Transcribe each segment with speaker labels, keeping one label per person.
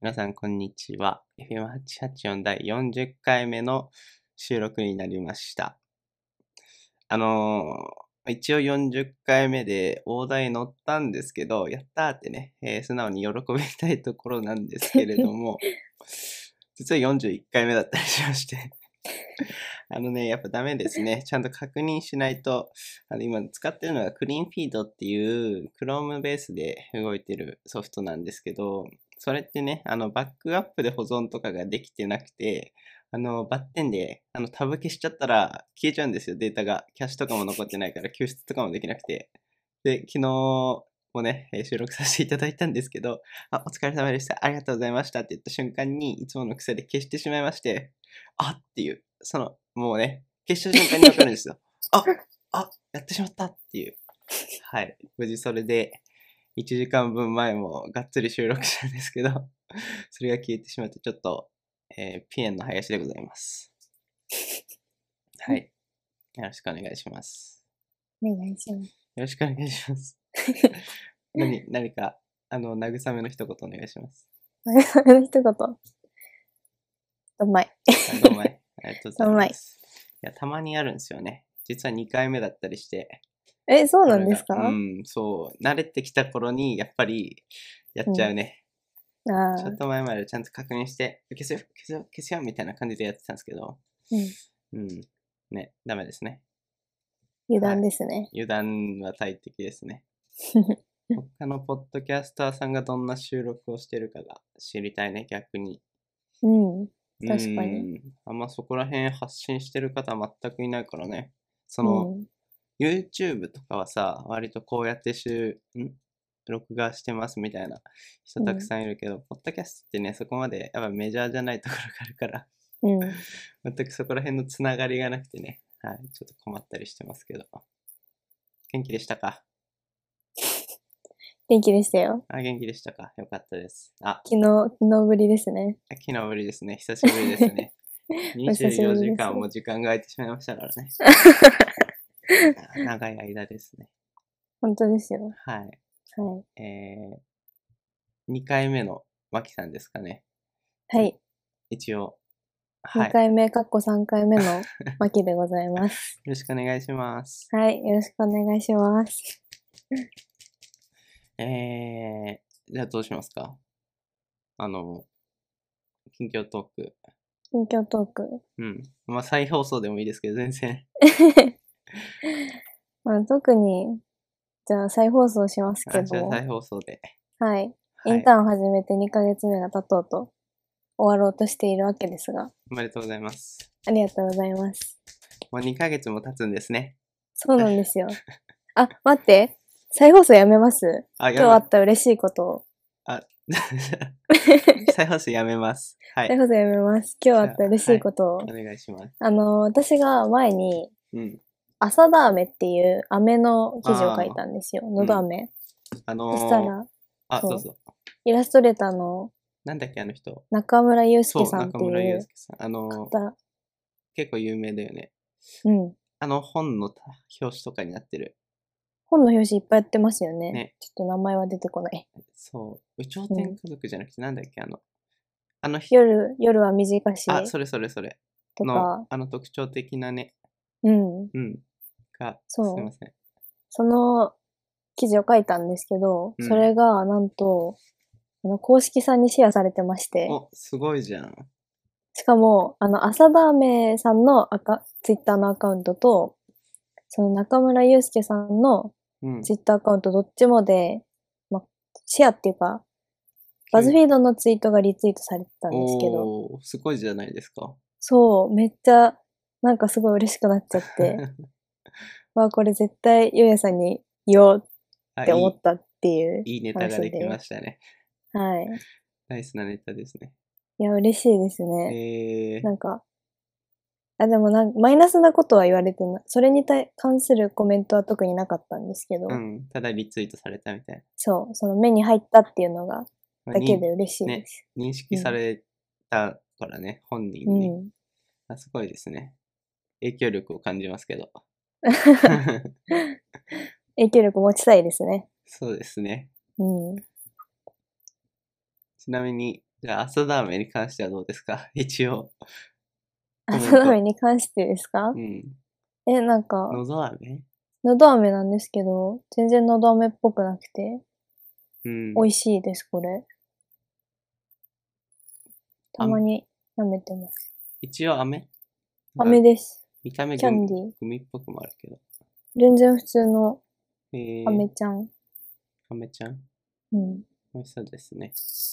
Speaker 1: 皆さん、こんにちは。FM884 第40回目の収録になりました。一応40回目で大台乗ったんですけど、やったーってね、素直に喜びたいところなんですけれども、実は41回目だったりしましてやっぱダメですね。ちゃんと確認しないと、今使ってるのがクリーンフィードっていう Chrome ベースで動いてるソフトなんですけど、それってね、バックアップで保存とかができてなくて、バッテンで、タブ消しちゃったら消えちゃうんですよ、データが。キャッシュとかも残ってないから、救出とかもできなくて。で、昨日もね、収録させていただいたんですけど、お疲れ様でした。ありがとうございましたって言った瞬間に、いつもの癖で消してしまいまして、っていう、もうね、消した瞬間にわかるんですよ。やってしまったっていう。はい。無事それで、1時間分前もがっつり収録したんですけど、それが消えてしまって、ちょっと、ピエンの林でございます。はい。よろしくお願いします。
Speaker 2: お願いします。
Speaker 1: よろしくお願いします。何か、慰めの一言お願いします。
Speaker 2: 慰めの一言。どんまい。
Speaker 1: どんまい。ありがとうござい
Speaker 2: どんまい。
Speaker 1: ます。いや、たまにあるんですよね。実は2回目だったりして。
Speaker 2: そうなんですか？
Speaker 1: そう。慣れてきた頃に、やっぱり、やっちゃうね。ちょっと前までちゃんと確認して、消すよ、消すよ、消すよ、みたいな感じでやってたんですけど、ね、ダメですね。
Speaker 2: 油断ですね。
Speaker 1: 油断は大敵ですね。他のポッドキャスターさんがどんな収録をしてるかが知りたいね、逆に。
Speaker 2: 確かに。
Speaker 1: あんまそこら辺発信してる方全くいないからね。YouTube とかはさ、割とこうやって録画してますみたいな人たくさんいるけど、ポッドキャストってね、そこまでやっぱメジャーじゃないところがあるから、全くそこら辺のつながりがなくてね、はい、ちょっと困ったりしてますけど。元気でしたか？
Speaker 2: 元気でしたよ。
Speaker 1: 元気でしたか？よかったです。
Speaker 2: 昨日ぶりですね。
Speaker 1: 昨日ぶりですね。久しぶりですね。24時間も時間が空いてしまいましたからね。長い間ですね。
Speaker 2: 本当ですよ。
Speaker 1: はい。
Speaker 2: はい。
Speaker 1: 2回目のマキさんですかね。
Speaker 2: はい。
Speaker 1: 一応。
Speaker 2: 2回目、3回目のマキでございます。
Speaker 1: よろしくお願いします。
Speaker 2: はい。よろしくお願いします。
Speaker 1: じゃあどうしますか？近況トーク。
Speaker 2: 近況トーク。
Speaker 1: まあ再放送でもいいですけど、全然。
Speaker 2: まあ、特に、じゃあ再放送しますけど。
Speaker 1: じゃあ再放送で。
Speaker 2: はい。インターンを始めて2ヶ月目が経とうと終わろうとしているわけですが。
Speaker 1: おめでとうございます。
Speaker 2: ありがとうございます。
Speaker 1: もう2ヶ月も経つんですね。
Speaker 2: そうなんですよ。待って。再放送やめます。今日あった嬉しいことを。
Speaker 1: 再放送やめます。はい。
Speaker 2: 再放送やめます。今日あった嬉しいことを。
Speaker 1: お願いします。
Speaker 2: 私が前に、朝田飴っていう飴の記事を書いたんですよ。のど飴。そしたら、
Speaker 1: どうぞ。
Speaker 2: イラストレーターの、
Speaker 1: なんだっけ、あの人。
Speaker 2: 中村祐介さんっていう。
Speaker 1: 中村祐介さん。結構有名だよね。本の表紙とかになってる。
Speaker 2: 本の表紙いっぱいやってますよね。ちょっと名前は出てこない。
Speaker 1: そう。有頂天家族じゃなくて、なんだっけ、
Speaker 2: 夜は短し。
Speaker 1: それ。
Speaker 2: とか。
Speaker 1: 特徴的なね。すいません。
Speaker 2: その記事を書いたんですけど、それがなんと、公式さんにシェアされてまして。
Speaker 1: すごいじゃん。
Speaker 2: しかも、浅田飴さんのツイッターのアカウントと、その中村祐介さんのツイッターアカウントどっちもで、シェアっていうか、バズフィードのツイートがリツイートされてたんですけど。
Speaker 1: すごいじゃないですか。
Speaker 2: そう、めっちゃ、なんかすごい嬉しくなっちゃって。これ絶対ゆうやさんに言おうって思ったっていう。
Speaker 1: いいネタができましたね。
Speaker 2: はい。
Speaker 1: ナイスなネタですね。
Speaker 2: いや、嬉しいですね。なんか、でもマイナスなことは言われてない。それに関するコメントは特になかったんですけど。
Speaker 1: ただリツイートされたみたいな。
Speaker 2: そう、その目に入ったっていうのが、だけで嬉しいです。
Speaker 1: 認識されたからね、本人に。すごいですね。影響力を感じますけど。
Speaker 2: 影響力持ちたいですね。
Speaker 1: そうですね。ちなみに、 じゃあ、朝ラーメンに関してはどうですか？一応、コメン
Speaker 2: 朝ラーメン
Speaker 1: ト。
Speaker 2: に関してですか？
Speaker 1: うん。
Speaker 2: なんか、
Speaker 1: のど飴。
Speaker 2: のど飴なんですけど、全然のど飴っぽくなくて、
Speaker 1: うん。
Speaker 2: 美味しいです、これ。たまに舐めてます。
Speaker 1: 一応飴
Speaker 2: 飴です。
Speaker 1: 見た目
Speaker 2: キャンディー。
Speaker 1: グミっぽくもあるけど。
Speaker 2: 全然普通の
Speaker 1: え
Speaker 2: 飴ちゃん。
Speaker 1: 飴ちゃん
Speaker 2: うん。
Speaker 1: 美味しそうですね。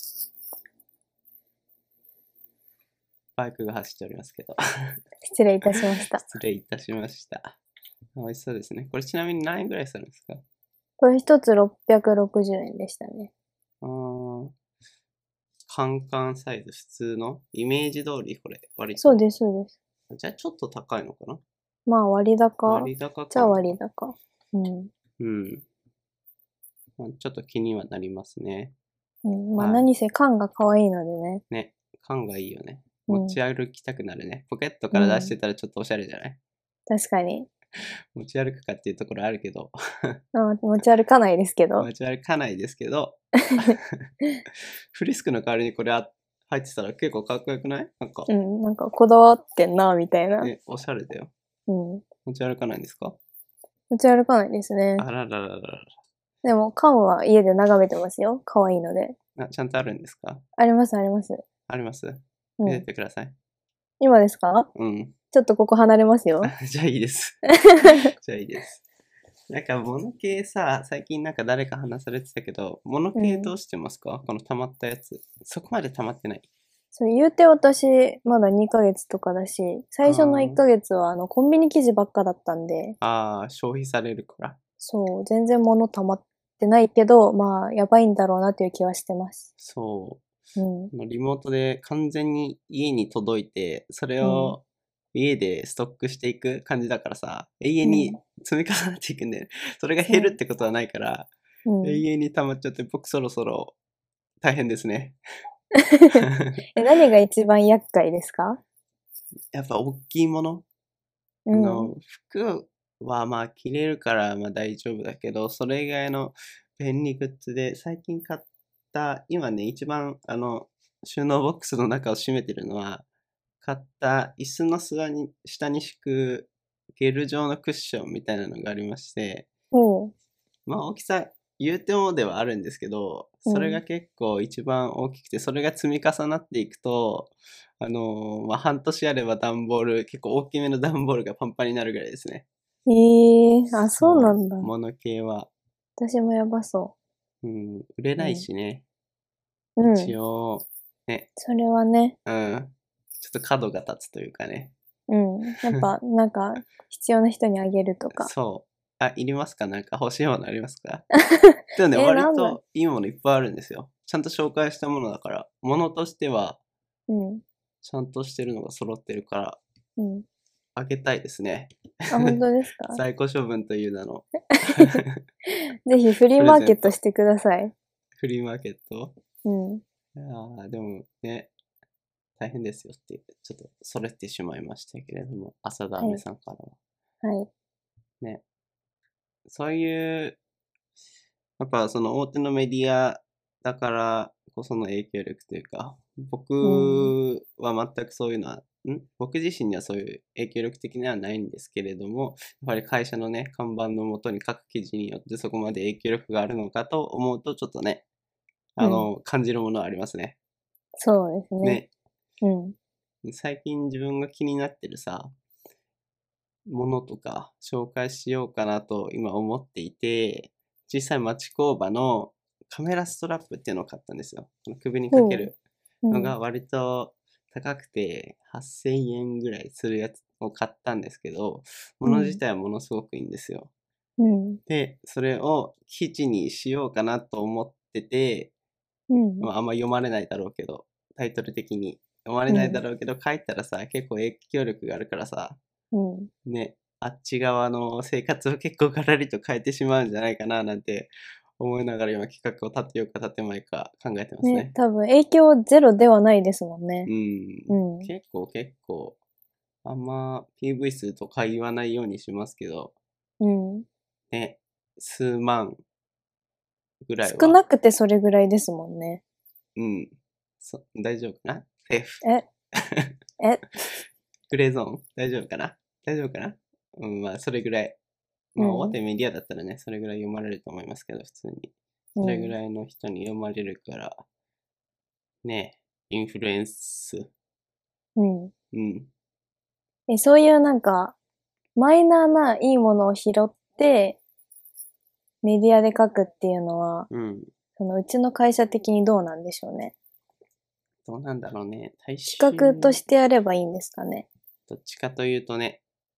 Speaker 1: バイクが走っておりますけど。
Speaker 2: 失礼いたしました。
Speaker 1: 失礼いたしました。美味しそうですね。これちなみに何円ぐらいするんですか？
Speaker 2: これ一つ660円でしたね。
Speaker 1: カンカンサイズ普通のイメージ通りこれ割と。
Speaker 2: そうです、そうです。
Speaker 1: じゃあちょっと高いのかな？
Speaker 2: まあ割高。
Speaker 1: 割高
Speaker 2: じゃあ
Speaker 1: かも。
Speaker 2: 割高。うん。
Speaker 1: うん。まあちょっと気にはなりますね。
Speaker 2: うん。まあ
Speaker 1: はい。
Speaker 2: 何せ缶が可愛いのでね。
Speaker 1: ね。缶がいいよね。
Speaker 2: うん
Speaker 1: 持ち歩きたくなるね。ポケットから出し
Speaker 2: うん。
Speaker 1: てたらちょっとおしゃれじゃない？
Speaker 2: 確かに。
Speaker 1: 持ち歩くかっていうところあるけど、
Speaker 2: 持ち歩かないですけど。
Speaker 1: 持ち歩かないですけど、フリスクの代わりにこれ入ってたら結構かっこよくない？なんか、
Speaker 2: うん。なんかこだわってんな、みたいな。
Speaker 1: ね、おしゃれだよ。
Speaker 2: うん。
Speaker 1: 持ち歩かないんですか？
Speaker 2: 持ち歩かないですね。
Speaker 1: あららららら
Speaker 2: でも缶は家で眺めてますよ。可愛いので。
Speaker 1: ら。ちゃんとあるんですか？
Speaker 2: あります、あります。
Speaker 1: あります？見せ
Speaker 2: うん。
Speaker 1: てください。
Speaker 2: 今ですか？
Speaker 1: うん。
Speaker 2: ちょっとここ離れますよ。
Speaker 1: じゃあいいです。じゃあいいです。なんか物系さ、最近なんか誰か話されてたけど、物系どうしてますか？この溜まったやつ。そこまで溜まってない。
Speaker 2: そう、言うて私、まだ2ヶ月とかだし、最初の1ヶ月はコンビニ記事ばっかだったんで、
Speaker 1: 消費されるから。
Speaker 2: そう、全然物溜まってないけど、まあ、やばいんだろうなっていう気はしてます。
Speaker 1: そ
Speaker 2: うん。
Speaker 1: う。リモートで完全に家に届いて、それ
Speaker 2: うん。
Speaker 1: を家でストックしていく感じだからさ、永遠に
Speaker 2: うん。
Speaker 1: 積み重なっていくんで、それが減るっ
Speaker 2: そ
Speaker 1: てことはないから、
Speaker 2: う。うん。
Speaker 1: 永遠に溜まっちゃって、僕そろそろ大変ですね。
Speaker 2: 何が一番厄介ですか？
Speaker 1: やっぱ大きいもの
Speaker 2: うん。
Speaker 1: 服はまあ着れるからまあ大丈夫だけど、それ以外の便利グッズで最近買った、今ね、一番収納ボックスの中を占めてるのは、買った椅子の下に敷くゲル状のクッションみたいなのがありまして、
Speaker 2: おう。
Speaker 1: まあ大きさ言うてもではあるんですけど、それが
Speaker 2: うん。
Speaker 1: 結構一番大きくて、それが積み重なっていくと、まあ半年あれば段ボール、結構大きめの段ボールがパンパンになるぐらいですね。
Speaker 2: あ、そうな
Speaker 1: そ
Speaker 2: んだ。
Speaker 1: う、物系は、
Speaker 2: 私もやばそ
Speaker 1: うん、売れない
Speaker 2: う。
Speaker 1: しね、
Speaker 2: うん。う
Speaker 1: 一
Speaker 2: ん。
Speaker 1: 応、ね、
Speaker 2: それはね、
Speaker 1: うん、ちょっと角が立つというかね。
Speaker 2: うん。やっぱ、なんか、必要な人にあげるとか。
Speaker 1: そう。いりますか？なんか欲しいものありますか？でもね、
Speaker 2: なんだ。
Speaker 1: 割といいものいっぱいあるんですよ。ちゃんと紹介したものだから、ものとしては、
Speaker 2: うん。
Speaker 1: ちゃんとしてるのが揃ってるから、
Speaker 2: うん。
Speaker 1: あげたいですね。
Speaker 2: あ、本当ですか？
Speaker 1: 在庫処分という名の
Speaker 2: ぜひフリー
Speaker 1: プレ
Speaker 2: マー
Speaker 1: ゼント。
Speaker 2: ケットしてください。
Speaker 1: フリーマーケット。
Speaker 2: うん。
Speaker 1: でもね、大変ですよってちょっとそれてしまいましたけれども、浅田
Speaker 2: はい。
Speaker 1: 飴さんからは。
Speaker 2: はい。
Speaker 1: ね、そういう、やっぱその大手のメディアだからこその影響力というか、
Speaker 2: うん。
Speaker 1: 僕は全くそういうのは、僕自身にはそういう影響力的にはないんですけれども、やっぱり会社のね、看板のもとに書く記事によってそこまで影響力があるのかと思うと、ちょっとね、
Speaker 2: うん。
Speaker 1: 感じるものはありますね。
Speaker 2: そうですね。
Speaker 1: ね、
Speaker 2: うん。
Speaker 1: 最近自分が気になってるさ、ものとか紹介しようかなと今思っていて、実際町工場のカメラストラップっていうのを買ったんですよ。この首にかけ
Speaker 2: ほ
Speaker 1: る
Speaker 2: う。うん。
Speaker 1: のが割と高くて8000円ぐらいするやつを買ったんですけど、もの自
Speaker 2: うん。
Speaker 1: 体はものすごくいいんですよ。
Speaker 2: うん。
Speaker 1: で、それを記事にしようかなと思ってて、
Speaker 2: うん。
Speaker 1: あんま読まれないだろうけど、タイトル的に読まれないだ
Speaker 2: うん。
Speaker 1: ろうけど、書いたらさ、結構影響力があるからさ、
Speaker 2: うん。
Speaker 1: ね、あっち側の生活を結構ガラリと変えてしまうんじゃないかななんて思いながら今企画を立てようか立てまいか考えてます
Speaker 2: ね、
Speaker 1: ね。
Speaker 2: 多分影響ゼロではないですもんね。
Speaker 1: うん。
Speaker 2: うん。
Speaker 1: 結構、あんま PV 数とか言わないようにしますけど、
Speaker 2: うん。
Speaker 1: ね、数万ぐらいは、
Speaker 2: 少なくてそれぐらいですもんね。
Speaker 1: うん、 大丈夫かな？セーフ。
Speaker 2: え
Speaker 1: グレーゾーン大丈夫かな？大丈夫かな？まあ、それぐらい。まあ、大手メディアだったらね、それぐらい読まれると思いますけど、普通に。それぐらいの人に読まれるから、ね、インフルエンス。
Speaker 2: そういうなんか、マイナーないいものを拾って、メディアで書くっていうのは、うちの会社的にどうなんでしょうね。
Speaker 1: どうなんだろうね。
Speaker 2: 企画としてやればいいんですかね。
Speaker 1: どっちかというとね、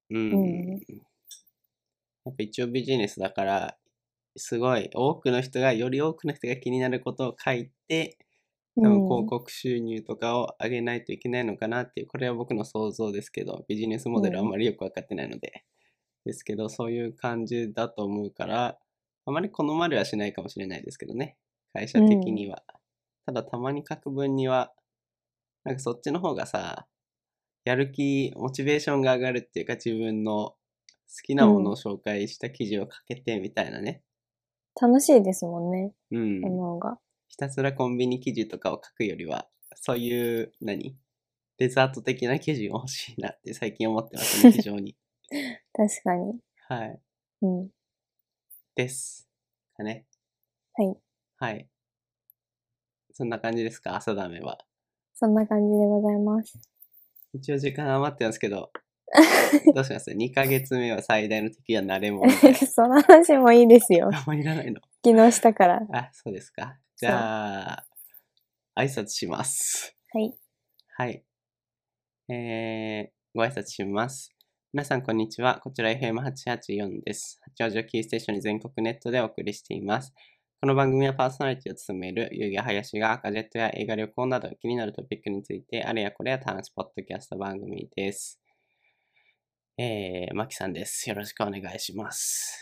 Speaker 1: やっぱ一応ビジネスだから、すごいより多くの人が気になることを書いて、多分広告収入とかを上げないといけないのかなっていう、これは僕の想像ですけど、ビジネスモデルあんまりよくわかってないので、ですけど、そういう感じだと思うから、あまり好まれはしないかもしれないですけどね、会社的には。ただたまに書く分には、なんかそっちの方がさ、やる気、モチベーションが上がるっていうか、自分の好きなものを紹介した記事を書けてみたいなね。
Speaker 2: 楽しいですもんね。その方が。
Speaker 1: ひたすらコンビニ記事とかを書くよりは、そういう、デザート的な記事が欲しいなって最近思ってますね、非常に。
Speaker 2: 確かに。
Speaker 1: はい。です。かね。はい。そんな感じですか、朝ダメは。
Speaker 2: そんな感じでございます。
Speaker 1: 一応時間余ってますけど、どうします ?2 ヶ月目は最大の敵は慣れもん。
Speaker 2: その話もいいですよ。
Speaker 1: あんまりいらないの。
Speaker 2: 昨日したから。
Speaker 1: あ、そうですか。じゃあ、挨拶します。
Speaker 2: はい。
Speaker 1: はい。ご挨拶します。皆さん、こんにちは。こちら FM884 です。八王子をキーステーションに全国ネットでお送りしています。この番組はパーソナリティを務める遊戯林がガジェットや映画旅行など気になるトピックについてあれやこれや話すポッドキャスト番組です。マキさんです。よろしくお願いします。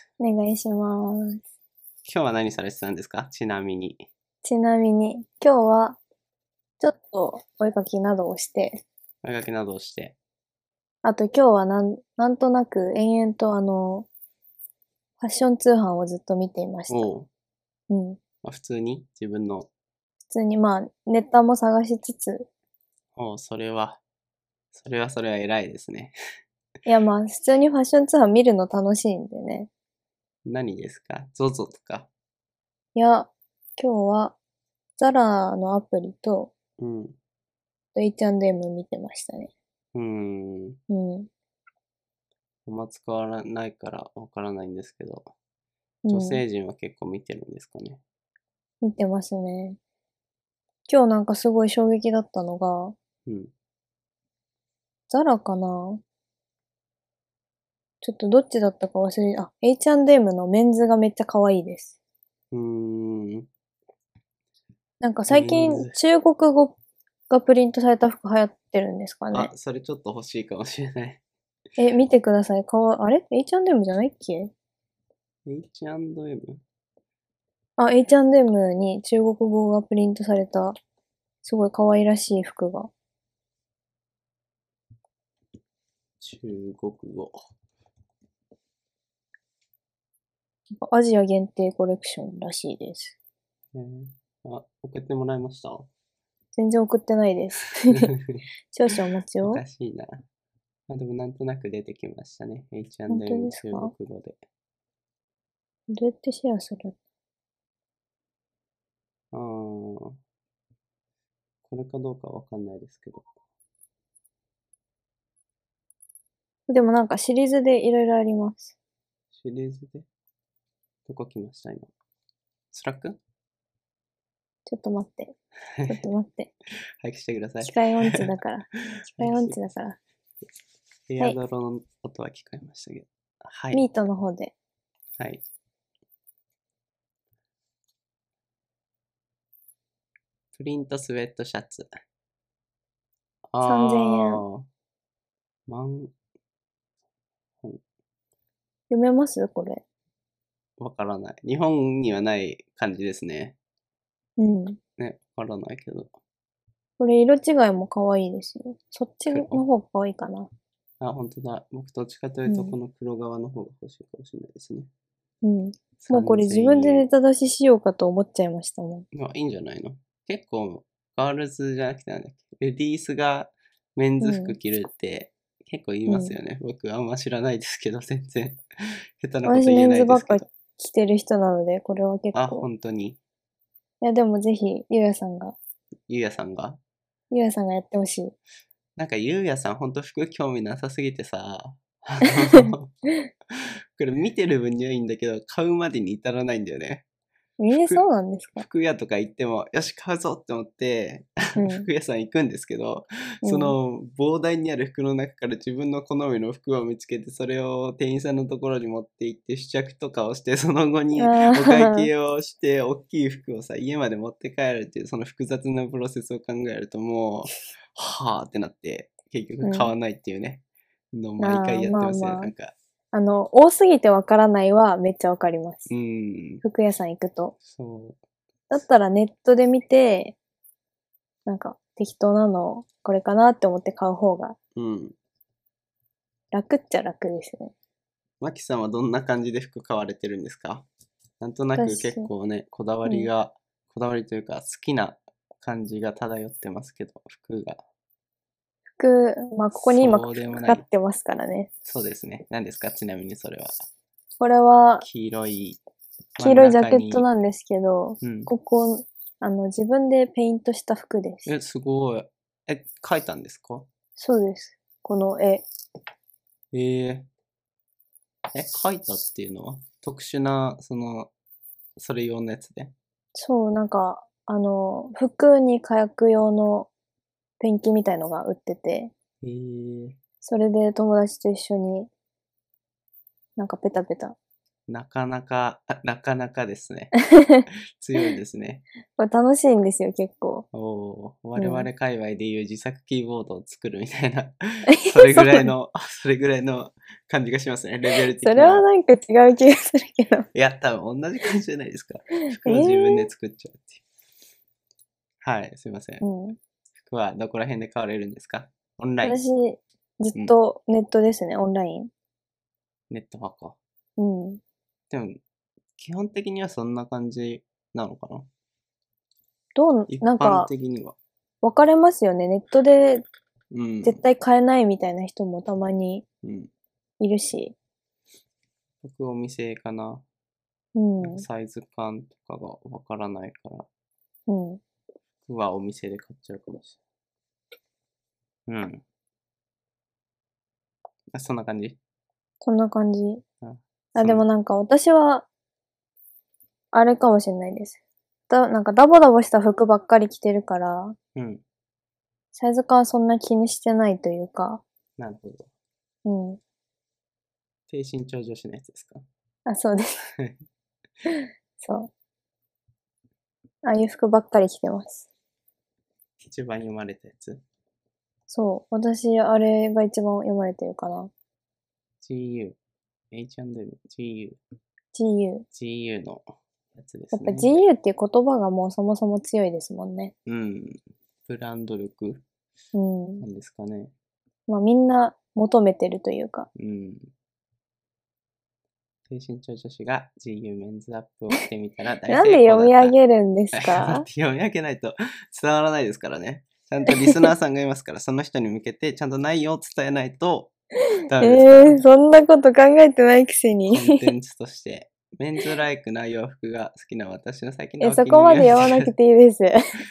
Speaker 2: お願いします。
Speaker 1: 今日は何されてたんですか？ちなみに。
Speaker 2: 今日は、ちょっとお絵かきなどをして。
Speaker 1: お絵かきなどをして。
Speaker 2: あと今日はなんとなく延々とファッション通販をずっと見ていました。
Speaker 1: 普通に自分の。
Speaker 2: 普通にネタも探しつつ。
Speaker 1: それは偉いですね。
Speaker 2: いや普通にファッション通販見るの楽しいんでね。
Speaker 1: 何ですか？ ZOZO とか。
Speaker 2: いや、今日は、ザラのアプリと、H&M 見てましたね。
Speaker 1: あんま使わないからわからないんですけど、女性陣は結構見てるんですかね。
Speaker 2: 見てますね。今日なんかすごい衝撃だったのが、ザラかな？ちょっとどっちだったか忘れ、H&M のメンズがめっちゃ可愛いです。なんか最近中国語がプリントされた服流行ってるんですかね。
Speaker 1: それちょっと欲しいかもしれない。
Speaker 2: 見てください。あれ ?H&M じゃないっけ？
Speaker 1: H&M？
Speaker 2: H&M に中国語がプリントされた、すごい可愛らしい服が。
Speaker 1: 中国語。
Speaker 2: アジア限定コレクションらしいです。
Speaker 1: 送ってもらいました？
Speaker 2: 全然送ってないです。少々お待ちを。
Speaker 1: おかしいな。でもなんとなく出てきましたね。H&M 中国語で。
Speaker 2: どうやってシェアする？
Speaker 1: これかどうかわかんないですけど。
Speaker 2: でもなんかシリーズでいろいろあります。
Speaker 1: シリーズでどこ来ました今？スラック？
Speaker 2: ちょっと待って。
Speaker 1: 早くしてください。
Speaker 2: 機械音痴だから。
Speaker 1: エアドロの音は聞こえましたけど。はい。
Speaker 2: ミートの方で。
Speaker 1: はい。プリントスウェットシャツ。
Speaker 2: 3000円。読めますこれ。
Speaker 1: わからない。日本にはない感じですね。ね、わからないけど。
Speaker 2: これ色違いも可愛いですよ。そっちの方が可愛いかな。
Speaker 1: 本当だ。僕どっちかというとこの黒側の方が欲しいかもしれないですね。
Speaker 2: もうこれ自分でネタ出ししようかと思っちゃいましたもん。
Speaker 1: いいんじゃないの？結構ガールズじゃなくてなんだっけ、レディースがメンズ服着るって結構言いますよね。僕あんま知らないですけど、全然下手なこと
Speaker 2: 私
Speaker 1: 言えな
Speaker 2: メンズばっか
Speaker 1: いですけど。
Speaker 2: 着てる人なので、これは結
Speaker 1: あ、
Speaker 2: 構。
Speaker 1: 本当に。
Speaker 2: いや、でもぜひ、ゆうやさんが
Speaker 1: ゆうやさんが
Speaker 2: やってほしい。
Speaker 1: なんかゆうやさんほんと服興味なさすぎてさ、これ見てる分にはいいんだけど、買うまでに至らないんだよね。
Speaker 2: そうなんですか？
Speaker 1: 服屋とか行っても、よし、買うぞって思って、
Speaker 2: うん。
Speaker 1: 服屋さん行くんですけど、そ
Speaker 2: うん。
Speaker 1: の膨大にある服の中から自分の好みの服を見つけて、それを店員さんのところに持って行って試着とかをして、その後に
Speaker 2: あ
Speaker 1: お会
Speaker 2: あ、
Speaker 1: 計をして、大きい服をさ、家まで持って帰るっていう、その複雑なプロセスを考えるともう、はぁってなって、結局買わないっていうね、のを毎回やってますね、
Speaker 2: まあま
Speaker 1: なんか。
Speaker 2: あ、多すぎてわからないはめっちゃわかりま
Speaker 1: う
Speaker 2: す。
Speaker 1: ん、
Speaker 2: 服屋さん行くと。
Speaker 1: そ
Speaker 2: だったらネットで見て、なんか適当なのこれかなって思って買う方が
Speaker 1: う。うん。
Speaker 2: 楽っちゃ楽ですね。
Speaker 1: マキさんはどんな感じで服買われてるんですか？なんとなく結
Speaker 2: 私、
Speaker 1: 構ね、
Speaker 2: うん。
Speaker 1: こだわりというか好きな感じが漂ってますけど、服が。
Speaker 2: まあ、ここに今
Speaker 1: そうでも
Speaker 2: か
Speaker 1: ない。
Speaker 2: かってますからね。
Speaker 1: そうですね。何ですかちなみにそれは。
Speaker 2: これは
Speaker 1: 黄色い真ん
Speaker 2: 黄色いジャケット
Speaker 1: 中に、
Speaker 2: なんですけど、
Speaker 1: うん。
Speaker 2: ここ、自分でペイントした服です。
Speaker 1: え、すごい。え、描いたんですか？
Speaker 2: そうです。この絵。
Speaker 1: え描いたっていうのは特殊な、それ用のやつで。
Speaker 2: そう、なんか、服に描く用のペンキみたいのが売ってて、
Speaker 1: えー、
Speaker 2: それで友達と一緒になんかペタペタ。
Speaker 1: なかなかですね。強いですね。
Speaker 2: これ楽しいんですよ、結構。
Speaker 1: 我
Speaker 2: うん。
Speaker 1: 々界隈でいう自作キーボードを作るみたいな、それぐ
Speaker 2: そう、
Speaker 1: らいの、それぐらいの感じがしますね、レベル
Speaker 2: それは
Speaker 1: 的には。
Speaker 2: なんか違う気がするけど。
Speaker 1: いや、多分同じ感じじゃないですか。
Speaker 2: え
Speaker 1: 服を自分で
Speaker 2: ー、
Speaker 1: 作っちゃうっていう。はい、すいません。
Speaker 2: うん。
Speaker 1: 服はどこら辺で買われるんですか？オンライン。
Speaker 2: 私、ず
Speaker 1: うん。
Speaker 2: っとネットですね、オンライン。
Speaker 1: ネット派か。
Speaker 2: うん。
Speaker 1: でも、基本的にはそんな感じなのかな？一般
Speaker 2: なんか、
Speaker 1: 的には。
Speaker 2: 分かれますよね。ネットで
Speaker 1: うん。
Speaker 2: 絶対買えないみたいな人もたまに
Speaker 1: うん。
Speaker 2: いるし。
Speaker 1: 僕お店かな。
Speaker 2: うん。
Speaker 1: サイズ感とかがわからないから、
Speaker 2: うん。
Speaker 1: 服はお店で買っちゃうかもしれない。うん。あ、そんな感じ。
Speaker 2: そんな感じ。
Speaker 1: あ、
Speaker 2: あ、でも
Speaker 1: そん、
Speaker 2: なんか私は、あれかもしれないです。なんかダボダボした服ばっかり着てるから、
Speaker 1: うん。
Speaker 2: サイズ感そんな気にしてないというか、
Speaker 1: なるほど。
Speaker 2: うん。
Speaker 1: 低身長女子のやつですか？
Speaker 2: あ、そうです。そう。ああいう服ばっかり着てます。
Speaker 1: 一番読まれたやつ
Speaker 2: そう。私、あれが一番読まれてるかな。
Speaker 1: ?GU。H&M。GU。
Speaker 2: GU。
Speaker 1: GU のやつで
Speaker 2: やっぱ
Speaker 1: すね。
Speaker 2: GU っていう言葉がもうそもそも強いですもんね。
Speaker 1: うん。ブランド力
Speaker 2: うん。
Speaker 1: なんですかね。
Speaker 2: まあみんな求めてるというか。
Speaker 1: うん。低身長女子が GU メンズアップを着てみたら大
Speaker 2: なん
Speaker 1: 成
Speaker 2: で読み上
Speaker 1: 功だった。
Speaker 2: げるんです
Speaker 1: だっ
Speaker 2: か？
Speaker 1: て読み上げないと伝わらないですからね。ちゃんとリスナーさんがいますから、その人に向けてちゃんと内容を伝えないとダメですからね。
Speaker 2: そんなこと考えてないくせに。
Speaker 1: コンテンツとして、メンズライクな洋服が好きな私の最近のお
Speaker 2: そ
Speaker 1: 気に入りを
Speaker 2: こまで読まなくていいです。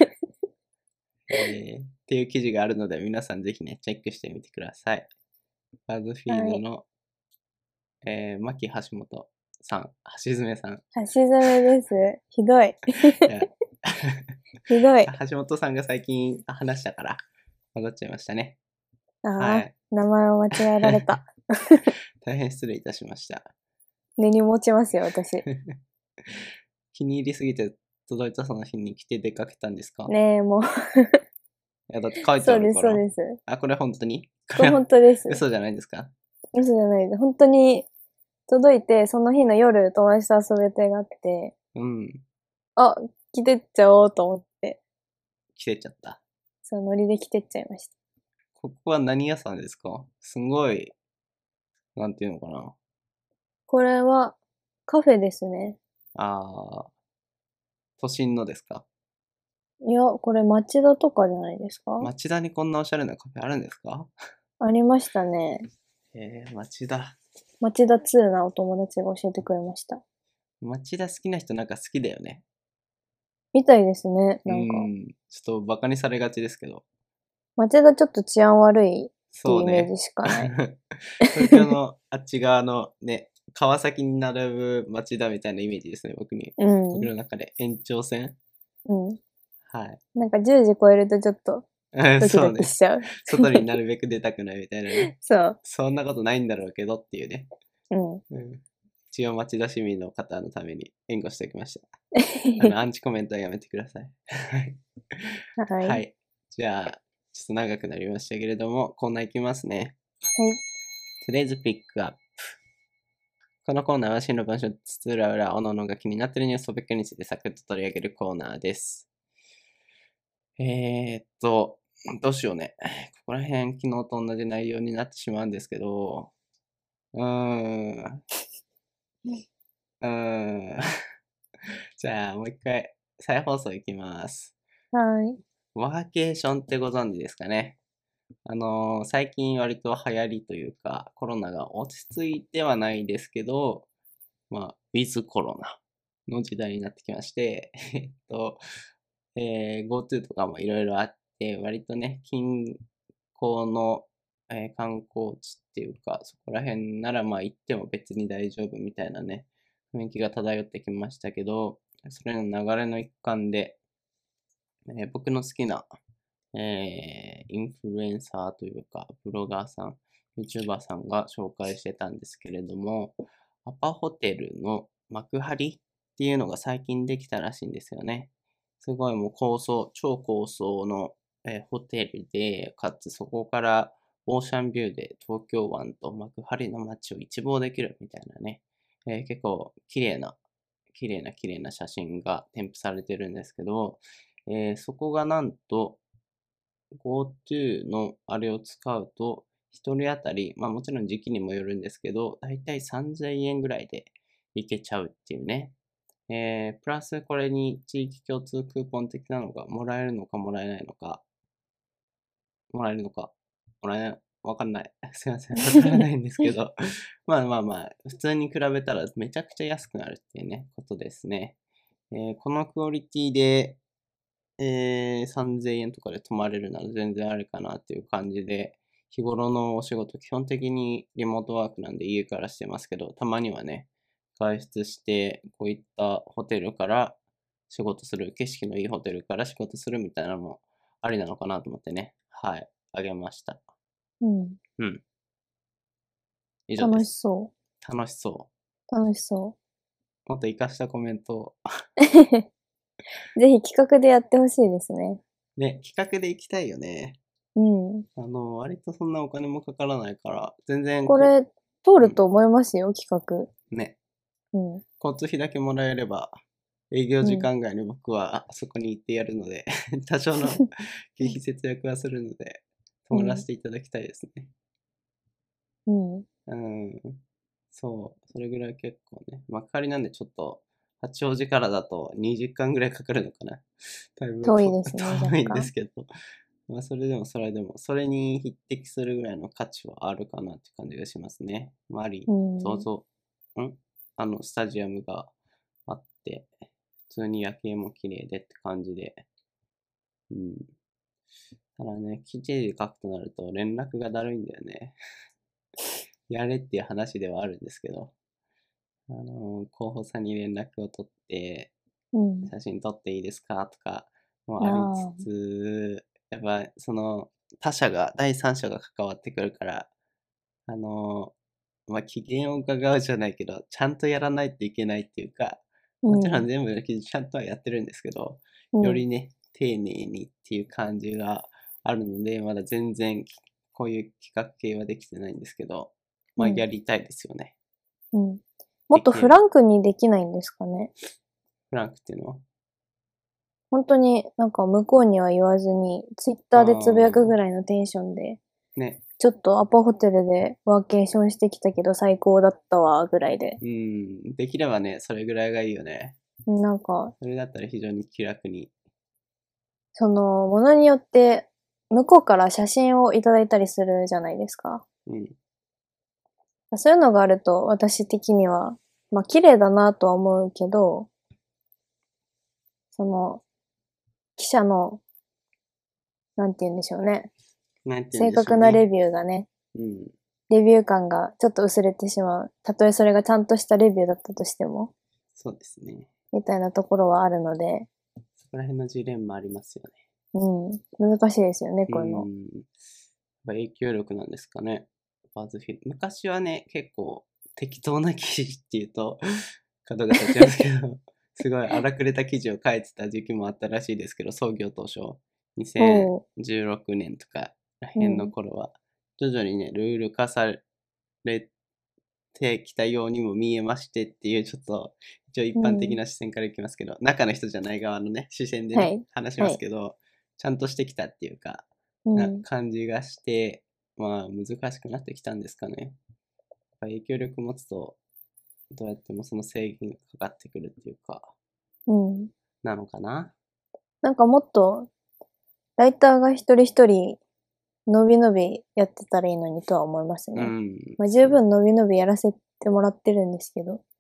Speaker 1: っていう記事があるので、皆さんぜひね、チェックしてみてください。バズフィー
Speaker 2: はい。
Speaker 1: ドの、牧橋本さん、橋爪さん。
Speaker 2: 橋爪です。ひどい。
Speaker 1: いや
Speaker 2: ひどい。
Speaker 1: 橋本さんが最近話したから、戻っちゃいましたね。
Speaker 2: ああ、
Speaker 1: はい。
Speaker 2: 名前を間違えられた。
Speaker 1: 大変失礼いたしました。
Speaker 2: 根に持ちますよ、私。
Speaker 1: 気に入りすぎて届いたその日に着て出かけたんですか？
Speaker 2: ねえ、もう。
Speaker 1: いや、だって書いて
Speaker 2: そうです、
Speaker 1: あるから。
Speaker 2: そうです。
Speaker 1: あ、これ本当にこ
Speaker 2: これ
Speaker 1: れは
Speaker 2: 本当です。
Speaker 1: 嘘じゃないんですか？
Speaker 2: 嘘じゃないです。本当に届いて、その日の夜友達と遊ぶ予定があって、
Speaker 1: うん。
Speaker 2: あ、着てっちゃおうと思って、
Speaker 1: 着てっちゃった。
Speaker 2: そのノリで着てっちゃいました。
Speaker 1: ここは何屋さんですか？すごい、なんていうのかな。
Speaker 2: これはカフェですね。
Speaker 1: あー、都心のですか？
Speaker 2: いや、これ町田とかじゃないですか？
Speaker 1: 町田にこんなおしゃれなカフェあるんですか？
Speaker 2: ありましたね。
Speaker 1: 町田。
Speaker 2: 町田2なお友達が教えてくれました。
Speaker 1: 町田好きな人なんか好きだよね。
Speaker 2: みたいですね、
Speaker 1: う
Speaker 2: なんか。
Speaker 1: ん。ちょっとバカにされがちですけど。
Speaker 2: 町田ちょっと治安悪いっていう
Speaker 1: そうね。
Speaker 2: イメージしかない。
Speaker 1: 東京のあっち側のね、川崎に並ぶ町田みたいなイメージですね、僕
Speaker 2: うん。
Speaker 1: の中で。延長線。
Speaker 2: うん。
Speaker 1: はい。
Speaker 2: なんか10時超えるとちょっとドキド
Speaker 1: そうね。
Speaker 2: キしちゃう。
Speaker 1: 外になるべく出たくないみたいなね。
Speaker 2: そう。
Speaker 1: そんなことないんだろうけどっていうね。
Speaker 2: うん。
Speaker 1: うん。一応町田市民の方のために援護しておきました。アンチコメントはやめてください。はい。
Speaker 2: はい。
Speaker 1: はい。じゃあ、ちょっと長くなりましたけれども、コーナーいきますね。
Speaker 2: はい。
Speaker 1: Today's Pick Up。このコーナーは真の文章つつらうら、おののが気になっているニューストピックについてサクッと取り上げるコーナーです。どうしようね。ここら辺、昨日と同じ内容になってしまうんですけど、うーん、うーん。じゃあ、もう一回、再放送いきます。
Speaker 2: はい。
Speaker 1: ワーケーションってご存知ですかね。最近割と流行りというか、コロナが落ち着いてはないですけど、ウィズコロナの時代になってきまして、GoTo とかもいろいろあって、割とね、近郊の、観光地っていうか、そこら辺なら行っても別に大丈夫みたいなね、雰囲気が漂ってきましたけど、それの流れの一環で、僕の好きな、インフルエンサーというか、ブロガーさん、YouTuber さんが紹介してたんですけれども、アパホテルの幕張っていうのが最近できたらしいんですよね。すごいもう超高層の、ホテルで、かつそこからオーシャンビューで東京湾と幕張の街を一望できるみたいなね、結構綺麗な写真が添付されてるんですけど、そこがなんと GoTo のあれを使うと、一人当たり、もちろん時期にもよるんですけど、だいたい3000円ぐらいで行けちゃうっていうね。プラスこれに地域共通クーポン的なのがもらえるのかもらえないのか、もらえるのか、もらえない、わかんない。すいません、わからないんですけど、普通に比べたらめちゃくちゃ安くなるっていうね、ことですね。このクオリティで、3000円とかで泊まれるなら全然あるかなっていう感じで、日頃のお仕事、基本的にリモートワークなんで家からしてますけど、たまにはね、外出して、こういったホテルから仕事する、景色のいいホテルから仕事するみたいなのもありなのかなと思ってね、はい、あげました。
Speaker 2: うん。
Speaker 1: うん、以上で
Speaker 2: 楽し
Speaker 1: す。
Speaker 2: そ
Speaker 1: 楽しそ
Speaker 2: う。楽しそ
Speaker 1: う。もっと活かしたコメントを。
Speaker 2: う。ぜひ企画でやってほしいですね。
Speaker 1: ね、企画で行きたいよね。
Speaker 2: うん。
Speaker 1: 割とそんなお金もかからないから、全然
Speaker 2: これ、通
Speaker 1: うん、
Speaker 2: ると思いますよ、企画。
Speaker 1: ね、
Speaker 2: うん。
Speaker 1: 交通費だけもらえれば、営業時
Speaker 2: うん。
Speaker 1: 間外に僕はそこに行ってやるので多少の経費節約はするので、泊まらせていただきたいですね。
Speaker 2: うん。
Speaker 1: うん。そう、それぐらい結構ね。幕張なんでちょっと、八王子からだと2時間ぐらいかかるのかな。だいぶ
Speaker 2: 遠いですね、若
Speaker 1: 遠いんです
Speaker 2: 干。
Speaker 1: けど。それでもそれでも、それに匹敵するぐらいの価値はあるかなって感じがしますね。周り、
Speaker 2: うん。
Speaker 1: スタジアムがあって、普通に夜景も綺麗でって感じで。うん。ただね、記事書くとなると連絡がだるいんだよね。やれっていう話ではあるんですけど、候補さんに連絡を取って、
Speaker 2: うん。
Speaker 1: 写真撮っていいですかとかも
Speaker 2: あ
Speaker 1: ありつ
Speaker 2: あ。
Speaker 1: つ、やっぱその第三者が関わってくるから、あの機嫌を伺うじゃないけど、ちゃんとやらないといけないっていうか、もちろん
Speaker 2: うん。
Speaker 1: 全部の記事ちゃんとはやってるんですけど、
Speaker 2: うん。
Speaker 1: よりね、丁寧にっていう感じがあるので、まだ全然こういう企画系はできてないんですけど、
Speaker 2: うん。
Speaker 1: やりたいですよね。
Speaker 2: うん。もっと
Speaker 1: できれば。
Speaker 2: フランクにできないんですかね。
Speaker 1: フランクっていうのは。
Speaker 2: 本当になんか向こうには言わずに、ツイッ
Speaker 1: あ
Speaker 2: ターでつぶやくぐ
Speaker 1: あ、
Speaker 2: らいのテンションで、
Speaker 1: ね。
Speaker 2: ちょっとアパホテルでワーケーションしてきたけど最高だったわ、ぐらいで。
Speaker 1: うん、できればね、それぐらいがいいよね。
Speaker 2: なんか、
Speaker 1: それだったら非常に気楽に。
Speaker 2: その、ものによって、向こうから写真をいただいたりするじゃないですか。
Speaker 1: うん。
Speaker 2: そういうのがあると、私的には、まあ、綺麗だなとは思うけど、その、記者の、なんて言うんでしょうね。
Speaker 1: なんて言うん
Speaker 2: 正
Speaker 1: でしょう
Speaker 2: 確なレ
Speaker 1: ね。
Speaker 2: ビューがね、
Speaker 1: うん。
Speaker 2: レビュー感がちょっと薄れてしまう。たとえそれがちゃんとしたレビューだったとしても、
Speaker 1: そうですね。
Speaker 2: みたいなところはあるので、
Speaker 1: そこら辺のジレンマありますよね。
Speaker 2: 難しいですよね、
Speaker 1: う
Speaker 2: こういうの。
Speaker 1: ん。影響力なんですかね。バズフィード。昔はね、結構適当な記事っていうと、角が立ちますけど、すごい荒くれた記事を書いてた時期もあったらしいですけど、創業当初、2016年とから辺の頃は、徐々にね、ルール化されてきたようにも見えましてっていう、ちょっと、一応一般的な視線からいきますけど、中の人じゃない側のね、視線でね、話しますけど、ちゃんとしてきたっていうか、な感じがして、まあ難しくなってきたんですかね。影響力持つと、どうやってもその制限がかかってくるっていうか、なのかな。
Speaker 2: なんかもっと、ライターが一人一人、のびのびやってたらいいのにとは思いますね。まあ十分のびのびやらせてもらってるんですけど。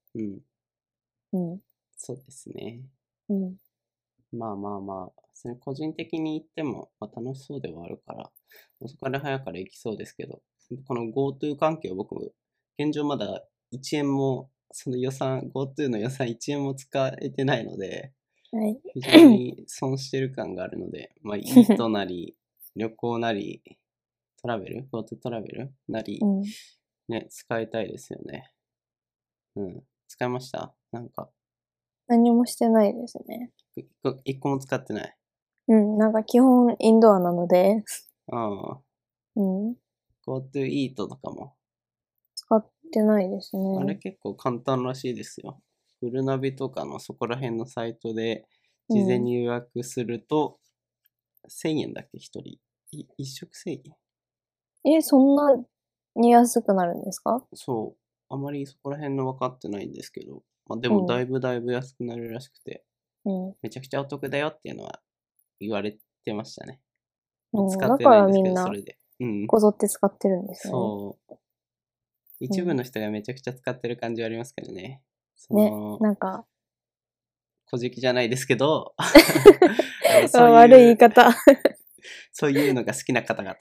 Speaker 1: そうですね。
Speaker 2: うん。
Speaker 1: まあまあまあ、それ個人的に言っても、まあ、楽しそうではあるから、遅かれ早かれ行きそうですけど、この GoTo 関係を僕、現状まだ1円も、その予算、GoTo の予算1円も使えてないので、非常に損してる感があるので、まあ、イートなり、旅行なり、トラベル ?GoTo トラベルなり、ね、使いたいですよね。使いましたなんか。
Speaker 2: 何もしてないですね。
Speaker 1: 一個も使ってない。
Speaker 2: なんか基本インドアなので。
Speaker 1: ああ。GoTo イートとかも。
Speaker 2: 使ってないですね。
Speaker 1: あれ結構簡単らしいですよ。フルナビとかのそこら辺のサイトで事前に予約すると、1000円だっけ一人。一食1000
Speaker 2: 円。そんなに安くなるんですか？
Speaker 1: そう。あまりそこら辺の分かってないんですけど、まあ、でもだいぶ安くなるらしくて、めちゃくちゃお得だよっていうのは言われてましたね。使ってないんですけど、それで。
Speaker 2: こぞって使ってるんですね。
Speaker 1: そう。一部の人がめちゃくちゃ使ってる感じはありますけどね。
Speaker 2: なんか。
Speaker 1: 小じきじゃないですけど、
Speaker 2: 悪い言い方。
Speaker 1: そういうのが好きな方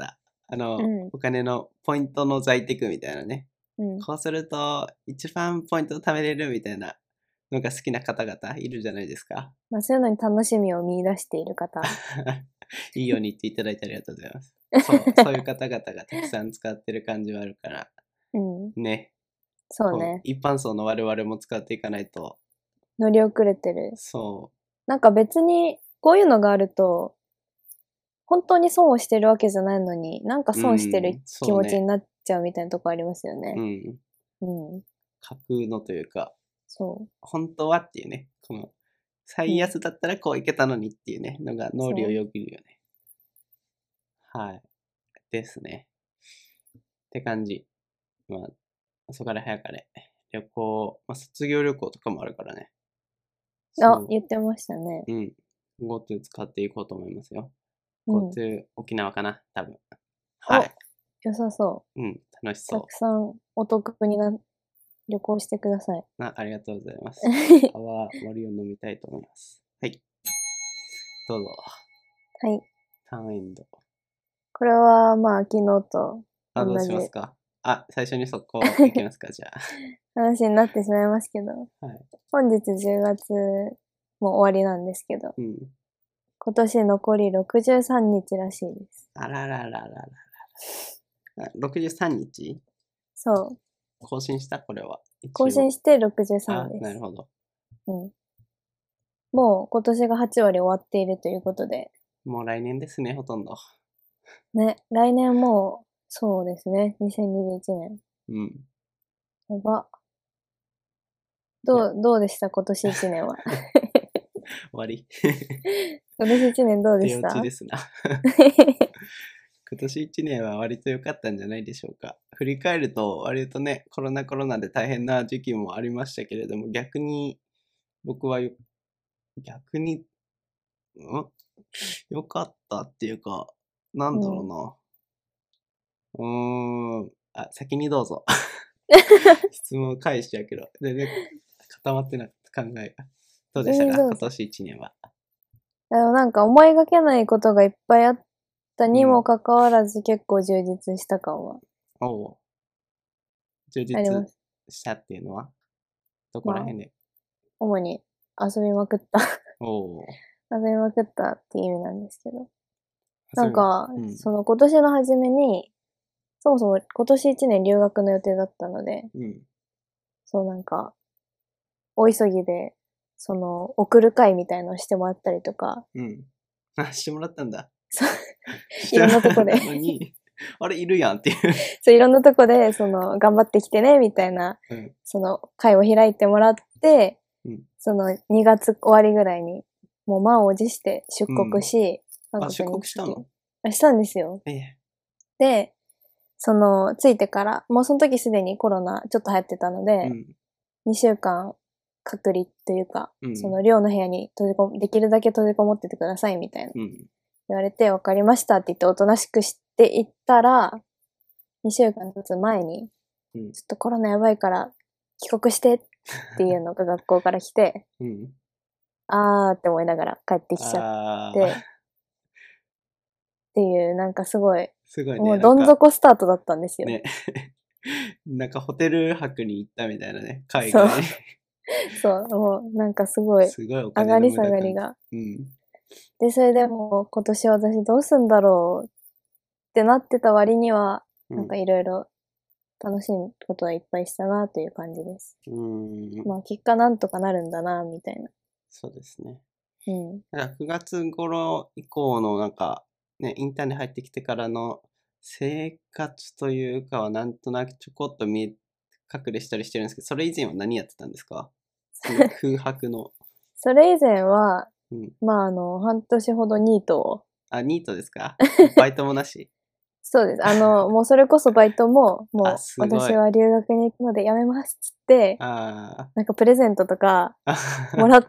Speaker 1: 々。お金のポイントの在宅みたいなね。こうすると一番ポイントを貯めれるみたいなのが好きな方々いるじゃないですか。
Speaker 2: まあそういうのに楽しみを見出している方。
Speaker 1: いいように言っていただいてありがとうございます。そういう方々がたくさん使ってる感じはあるから。ね。
Speaker 2: そうね。
Speaker 1: 一般層の我々も使っていかないと。
Speaker 2: 乗り遅れてる。
Speaker 1: そう。
Speaker 2: なんか別に、こういうのがあると、本当に損をしてるわけじゃないのに、なんか損してる気持ちになっちゃうみたいなとこありますよね。
Speaker 1: 架空のというか、
Speaker 2: そう。
Speaker 1: 本当はっていうね、この、最安だったらこういけたのにっていうね、のが脳裏をよぎるよね。はい。ですね。って感じ。まあ、遅かれ早かれ。旅行、まあ、卒業旅行とかもあるからね。
Speaker 2: 言ってましたね。
Speaker 1: GoTo 使っていこうと思いますよ。GoTo 沖縄かな、多分。はい。
Speaker 2: 良さそう。
Speaker 1: 楽しそう。
Speaker 2: たくさんお得に旅行してください。
Speaker 1: ありがとうございます。泡割りを飲みたいと思います。はい。どうぞ。
Speaker 2: はい。
Speaker 1: ターンエンド。
Speaker 2: これはまあ昨日と同じ。
Speaker 1: どうしますか？最初にそこいきますか、じゃあ。
Speaker 2: 話になってしまいますけど。本日10月も終わりなんですけど。今年残り63日らしいです。
Speaker 1: あらららららら。63日？
Speaker 2: そう。
Speaker 1: 更新したこれは。
Speaker 2: 更新して63です。
Speaker 1: なるほど。
Speaker 2: もう今年が8割終わっているということで。
Speaker 1: もう来年ですね、ほとんど。
Speaker 2: ね、来年もう、そうですね、2021年。やば。どうでした今年1年は。
Speaker 1: 終わり。
Speaker 2: 今年1年どうでした？
Speaker 1: 手落ちですな。今年1年は割と良かったんじゃないでしょうか。振り返ると、割とね、コロナで大変な時期もありましたけれども、逆に、僕は逆に、 よかったっていうか、なんだろうな。先にどうぞ。質問返しちゃうけど、全然固まってなかった考えが。どうでしたか今年1年は。
Speaker 2: でもなんか思いがけないことがいっぱいあったにもかかわらず結構充実した感は。
Speaker 1: おう。充実したっていうのはどこら辺で、
Speaker 2: 主に遊びまくった。
Speaker 1: おう。
Speaker 2: 遊びまくったっていう意味なんですけど。なんか、その今年の初めに、そもそも今年1年留学の予定だったので、そうなんか、大急ぎで、その、送る会みたいのをしてもらったりとか。
Speaker 1: してもらったんだ。
Speaker 2: そう。いろんなとこで。
Speaker 1: あれいるやんっていう。
Speaker 2: そう、いろんなとこで、その、頑張ってきてね、みたいな、その、会を開いてもらって、その、2月終わりぐらいに、もう満を持して出国し、
Speaker 1: 出国したの？
Speaker 2: したんですよ。で、その、着いてから、もうその時すでにコロナちょっと流行ってたので、2週間隔離というか、その寮の部屋にできるだけ閉じこもっててくださいみたいな。言われて、わかりましたって言っておとなしくしていったら、2週間経つ前に、ちょっとコロナやばいから帰国してっていうのが学校から来て、あーって思いながら帰ってきちゃって、っていう、なんかすごい、もうどん底スタートだったんですよ。
Speaker 1: ね。なんかホテル泊に行ったみたいなね、海外に。
Speaker 2: そう、もうなんかすごい、上がり下がりが。で、それでもう今年私どうすんだろうってなってた割には、なんかいろいろ楽しいことはいっぱいしたなという感じです。まあ結果なんとかなるんだな、みたいな。
Speaker 1: そうですね。9月頃以降のなんか、ね、インターンに入ってきてからの生活というかはなんとなくちょこっと見え隠れしたりしてるんですけど、それ以前は何やってたんですか？その空白の。
Speaker 2: それ以前は、まあ半年ほどニートを。
Speaker 1: ニートですか？バイトもなし？
Speaker 2: そうです。もうそれこそバイトも、もう私は留学に行くのでやめますっつって、なんかプレゼントとかもらって、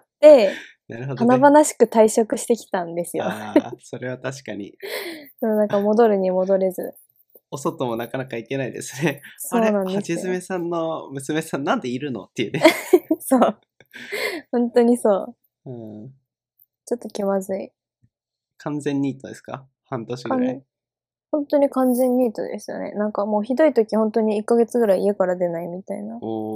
Speaker 2: 華々しく退職してきたんですよ。
Speaker 1: それは確かに。
Speaker 2: なんか戻るに戻れず。
Speaker 1: お外もなかなか行けないですね。あれ、はじずめさんの娘さんなんでいるのっていうね。
Speaker 2: そう。本当にそう。ちょっと気まずい。
Speaker 1: 完全ニートですか？半年ぐらい。
Speaker 2: 本当に完全ニートですよね。なんかもうひどい時本当に1ヶ月ぐらい家から出ないみたいな。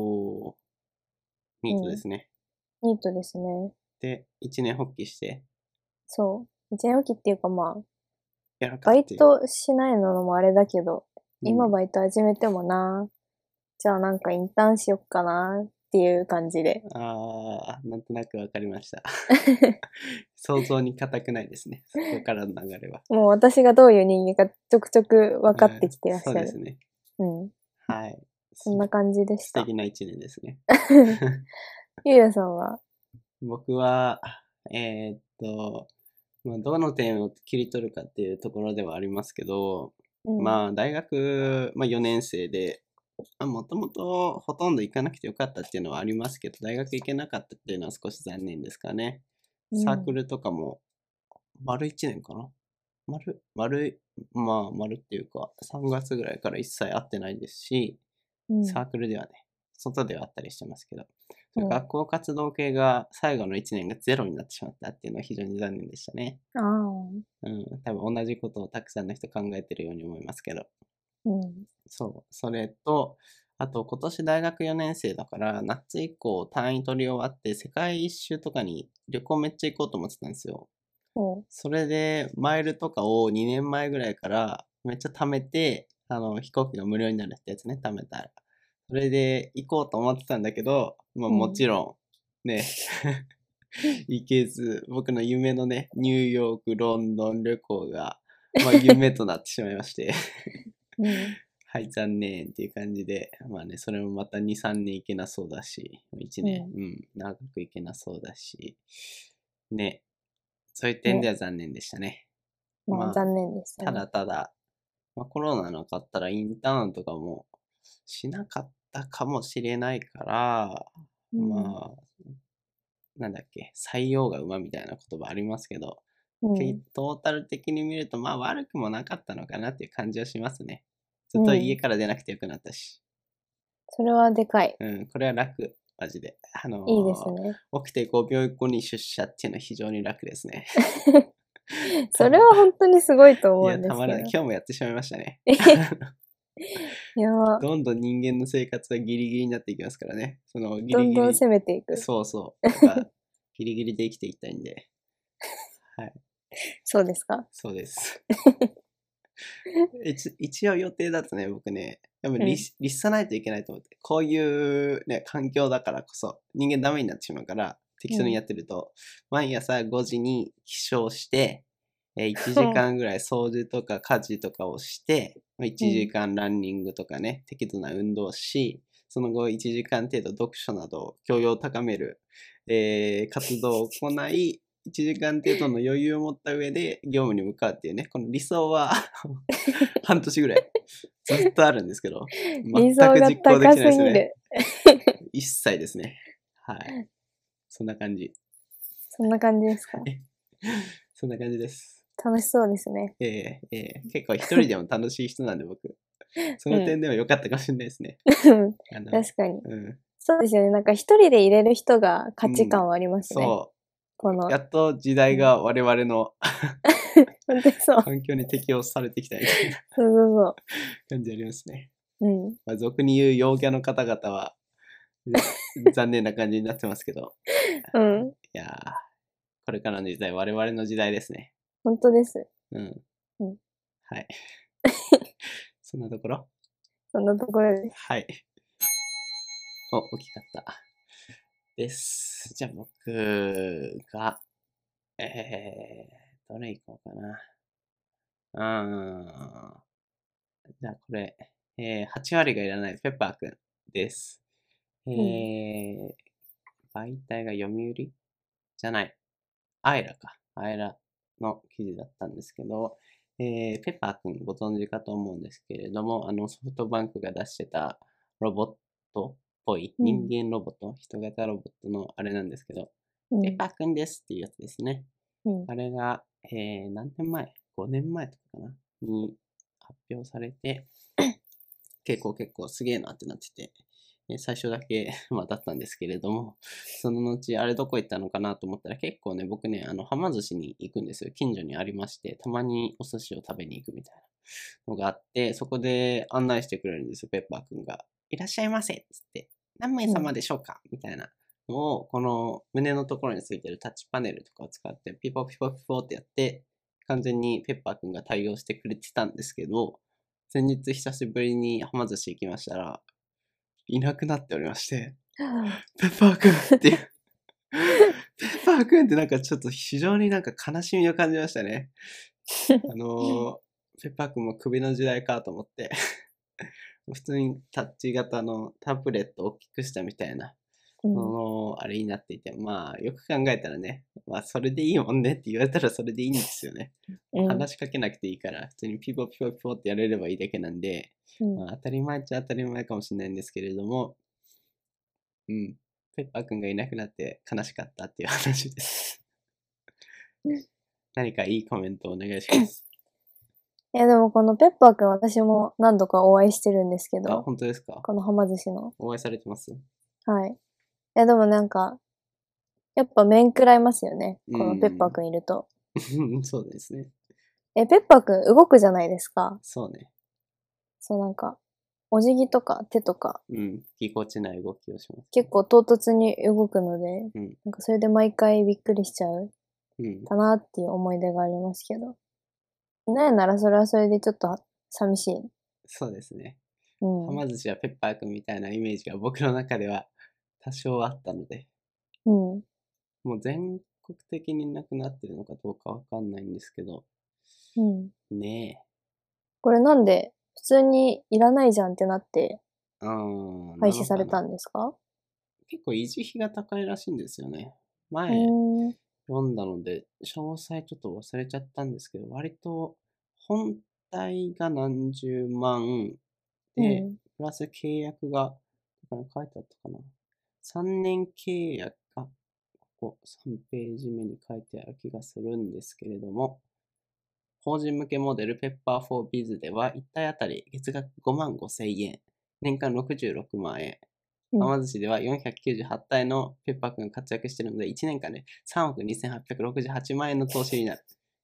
Speaker 1: ニートですね。
Speaker 2: ニートですね。
Speaker 1: で、一年発起して。
Speaker 2: そう。一年発起っていうかまあ、バイトしないのもあれだけど、今バイト始めてもな、じゃあなんかインターンしよっかなっていう感じで。
Speaker 1: なんとなくわかりました。想像に難くないですね。そこからの流れは。
Speaker 2: もう私がどういう人間かちょくちょく分かってきてらっしゃる。
Speaker 1: そうですね。はい。
Speaker 2: そんな感じでした。
Speaker 1: 素敵な一年ですね。
Speaker 2: ゆうやさんは？
Speaker 1: 僕は、どの点を切り取るかっていうところではありますけど、まあ、大学、4年生で、もともとほとんど行かなくてよかったっていうのはありますけど、大学行けなかったっていうのは少し残念ですかね。サークルとかも、丸1年かな？丸っていうか、3月ぐらいから一切会ってないですし、サークルではね、外ではあったりしてますけど、学校活動系が最後の1年がゼロになってしまったっていうのは非常に残念でしたね。多分同じことをたくさんの人考えてるように思いますけど。そう、それと、あと今年大学4年生だから、夏以降単位取り終わって世界一周とかに旅行めっちゃ行こうと思ってたんですよ。それで、マイルとかを2年前ぐらいからめっちゃ貯めて、飛行機が無料になるってやつね、貯めたら。それで行こうと思ってたんだけど、もちろん、ね、行けず、僕の夢のね、ニューヨーク、ロンドン旅行が、夢となってしまいましてはい、残念っていう感じで、それもまた2、3年行けなそうだし、1年、長く行けなそうだし、ね、そういう点では残念でしたね。
Speaker 2: 残念でした
Speaker 1: ね。ただ、コロナなかったらインターンとかもしなかったかもしれないから、なんだっけ、採用が馬みたいな言葉ありますけど、 トータル的に見ると、まあ悪くもなかったのかなっていう感じはしますね。ずっと家から出なくてよくなったし。
Speaker 2: それはでかい。
Speaker 1: これは楽、マジで。
Speaker 2: いいですね。
Speaker 1: 起きて5秒後に出社っていうのは非常に楽ですね。
Speaker 2: それは本当にすごいと思
Speaker 1: いや、
Speaker 2: うんですけど。
Speaker 1: たまらない。今日もやってしまいましたね。
Speaker 2: やば。
Speaker 1: どんどん人間の生活はギリギリになっていきますからね。ギリギリ
Speaker 2: どんどん攻めていく。
Speaker 1: そうそう。だからギリギリで生きていきたいんで。はい。
Speaker 2: そうですか？
Speaker 1: そうです。一応予定だとね、僕ね、やっぱ律さないといけないと思って。こういうね、環境だからこそ、人間ダメになってしまうから、適当にやってると、毎朝5時に起床して、1時間ぐらい掃除とか家事とかをして、1時間ランニングとかね、適度な運動をし、その後1時間程度読書など教養を高める、活動を行い、1時間程度の余裕を持った上で業務に向かうっていうね、この理想は半年ぐらいずっとあるんですけど、全く実行できないですね。一切ですね。はい。そんな感じ。
Speaker 2: そんな感じですか？
Speaker 1: そんな感じです。
Speaker 2: 楽しそうですね。
Speaker 1: 結構一人でも楽しい人なんで僕。その点では良かったかもしれないですね。
Speaker 2: 確かに。そうですよね。なんか一人で入れる人が価値観はありますね。
Speaker 1: そう。やっと時代が我々の
Speaker 2: 本当にそう。
Speaker 1: 環境に適応されてきたみたいな感じありますね。俗に言う陽キャの方々は残念な感じになってますけど。いやー、これからの時代、我々の時代ですね。
Speaker 2: 本当です。
Speaker 1: はい。そんなところ？
Speaker 2: そんなところです。
Speaker 1: はい。大きかった。です。じゃあ僕が、どれいこうかな。じゃあこれ、8割がいらないペッパーくんです。媒体が読売じゃない。アイラか。アイラの記事だったんですけど、ペッパーくんご存知かと思うんですけれども、ソフトバンクが出してたロボットっぽい、人間ロボット、人型ロボットのあれなんですけど、ペッパーくんですっていうやつですね。あれが、何年前 ?5 年前とかかなに発表されて、結構すげえなってなってて、最初だけだったんですけれども、その後、あれどこ行ったのかなと思ったら、結構ね、僕ね、はま寿司に行くんですよ。近所にありまして、たまにお寿司を食べに行くみたいなのがあって、そこで案内してくれるんですよ、ペッパーくんが。いらっしゃいませっつって、何名様でしょうかみたいなのを、この胸のところについてるタッチパネルとかを使って、ピポピポピポってやって、完全にペッパーくんが対応してくれてたんですけど、先日久しぶりにはま寿司行きましたら、いなくなっておりまして、ペッパーくんっていう、ペッパーくんってなんかちょっと非常になんか悲しみを感じましたね。ペッパーくんも首の時代かと思って、普通にタッチ型のタブレットを大きくしたみたいな、あれになっていて、まあよく考えたらね、まあそれでいいもんねって言われたらそれでいいんですよね。話しかけなくていいから、普通にピポピポピポってやれればいいだけなんで、まあ当たり前っちゃ当たり前かもしれないんですけれども、ペッパーくんがいなくなって悲しかったっていう話です。何かいいコメントお願いします。
Speaker 2: いやでもこのペッパーくん私も何度かお会いしてるんですけど。
Speaker 1: 本当ですか？
Speaker 2: このはま寿司の。
Speaker 1: お会いされてます？
Speaker 2: はい。いやでもなんか、やっぱ面食らいますよね。このペッパーくんいると。
Speaker 1: そうですね。
Speaker 2: ペッパーくん動くじゃないですか。
Speaker 1: そうね。
Speaker 2: そうなんか、お辞儀とか手とか。
Speaker 1: ぎこちない動きをします、ね。
Speaker 2: 結構唐突に動くので、なんかそれで毎回びっくりしちゃう。かなっていう思い出がありますけど。いないならそれはそれでちょっと寂しい。
Speaker 1: そうですね。はま寿司はペッパーくんみたいなイメージが僕の中では多少あったので。もう全国的になくなってるのかどうかわかんないんですけど。ねえ。
Speaker 2: これなんで普通にいらないじゃんってなって廃止されたんですか？
Speaker 1: 結構維持費が高いらしいんですよね。前読んだので詳細ちょっと忘れちゃったんですけど、割と本体が何十万で、プラス契約が、書いてあったかな。3年契約か、5 3ページ目に書いてある気がするんですけれども、法人向けモデルペッパー4 Biz では1体あたり月額5万5千円、年間66万円。はま寿司では498体のペッパーくんが活躍しているので、1年間で3億2868万円の投資になる。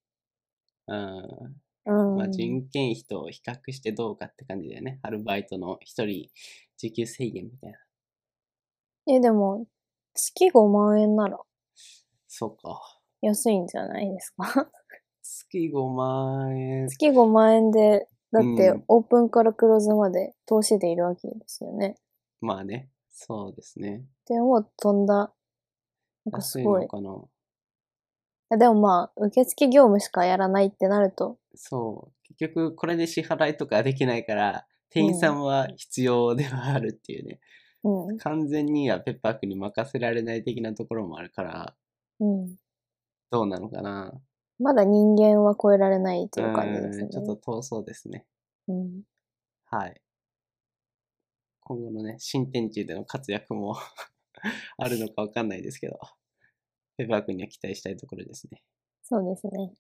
Speaker 1: まあ、人件費と比較してどうかって感じだよね。アルバイトの1人時給1000円みたいな。
Speaker 2: でも、月5万円なら。
Speaker 1: そうか。
Speaker 2: 安いんじゃないですか
Speaker 1: 月5万円。
Speaker 2: 月5万円で、だってオープンからクローズまで投資でいるわけですよね。
Speaker 1: まあね。そうですね。
Speaker 2: でも飛んだ。なんかすごい。
Speaker 1: 安いのかな。
Speaker 2: でもまあ、受付業務しかやらないってなると。
Speaker 1: そう。結局、これで支払いとかできないから、店員さんは必要ではあるっていうね。完全にはペッパーくんに任せられない的なところもあるから、どうなのかな。
Speaker 2: まだ人間は超えられないという感じですね。
Speaker 1: ちょっと遠そうですね。はい。今後のね、新天地での活躍もあるのかわかんないですけど、ペッパーくんには期待したいところですね。
Speaker 2: そうですね。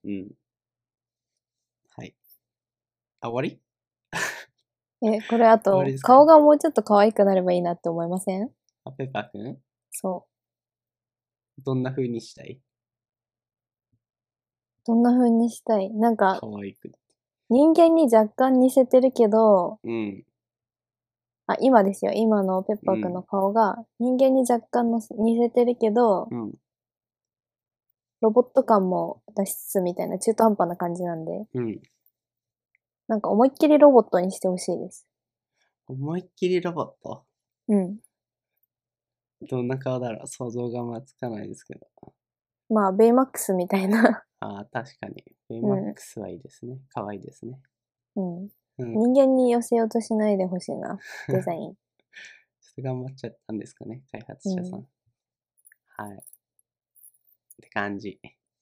Speaker 1: はい。終わり
Speaker 2: これあと、顔がもうちょっと可愛くなればいいなって思いません？
Speaker 1: ペッパーくん？
Speaker 2: そう。
Speaker 1: どんな風にしたい？
Speaker 2: どんな風にしたい？なんか、
Speaker 1: 可愛く。
Speaker 2: 人間に若干似せてるけど、今ですよ。今のペッパーくんの顔が、人間に若干似せてるけど、ロボット感も出しつつみたいな中途半端な感じなんで、なんか思いっきりロボットにしてほしいです。
Speaker 1: 思いっきりロボット？どんな顔だろう？想像がまあつかないですけど。
Speaker 2: まあ、ベイマックスみたいな
Speaker 1: 確かに。ベイマックスはいいですね。可愛いですね。
Speaker 2: 人間に寄せようとしないでほしいな、デザイン。
Speaker 1: ちょっと頑張っちゃったんですかね、開発者さん。はい。って感じ。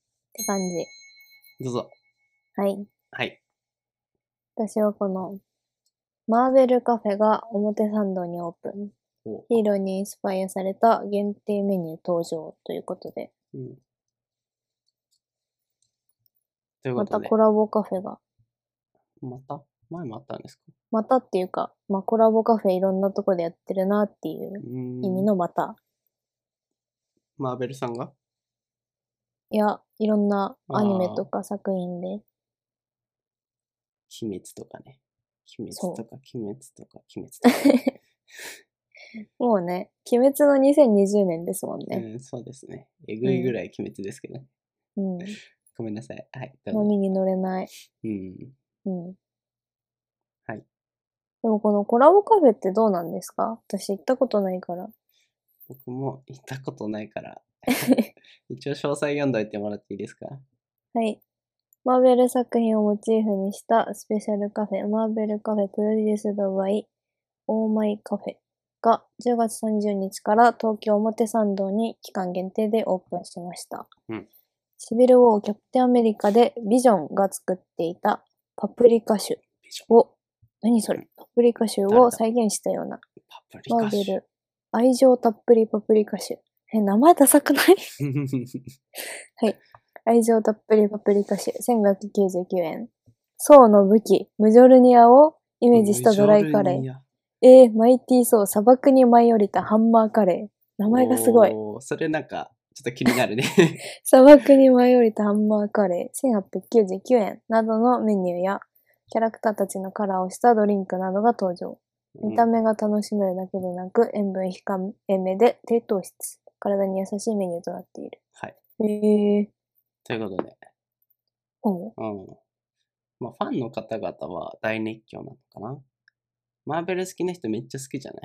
Speaker 1: どうぞ。
Speaker 2: はい。
Speaker 1: はい。
Speaker 2: 私はこの、マーベルカフェが表参道にオープン。ヒーローにインスパイアされた限定メニュー登場ということで。またコラボカフェが。
Speaker 1: また前もあったんですか？
Speaker 2: またっていうか、まあコラボカフェいろんなとこでやってるなっていう意味のまた。
Speaker 1: マーベルさんが？
Speaker 2: いや、いろんなアニメとか作品で。
Speaker 1: 鬼滅とかね。鬼滅とか、鬼滅とか、鬼滅とか。
Speaker 2: もうね、鬼滅の2020年ですもんね。
Speaker 1: そうですね。えぐいぐらい鬼滅ですけどね。ごめんなさい。はい。
Speaker 2: 波に乗れない。はい。でもこのコラボカフェってどうなんですか？私行ったことないから。
Speaker 1: 僕も行ったことないから。一応詳細読んどいてもらっていいですか？
Speaker 2: はい。マーベル作品をモチーフにしたスペシャルカフェ、マーベルカフェプロデュースドバイオーマイカフェが10月30日から東京表参道に期間限定でオープンしました。シビルウォーキャプテンアメリカでビジョンが作っていたパプリカ種を、何それ？パプリカ種を再現したような。マーベル愛情たっぷりパプリカ種。名前ダサくない？はい。愛情たっぷりパプリカ種1599円。ソウの武器、ムジョルニアをイメージしたドライカレー。マイティーソウ、砂漠に舞い降りたハンマーカレー。名前がすごい。
Speaker 1: それなんか、ちょっと気になるね。
Speaker 2: 砂漠に舞い降りたハンマーカレー1899円などのメニューや、キャラクターたちのカラーをしたドリンクなどが登場。見た目が楽しめるだけでなく、塩分控えめで低糖質。体に優しいメニューとなっている。
Speaker 1: はい。
Speaker 2: と
Speaker 1: いうことで。まあ、ファンの方々は大熱狂なのかな。マーベル好きな人めっちゃ好きじゃない？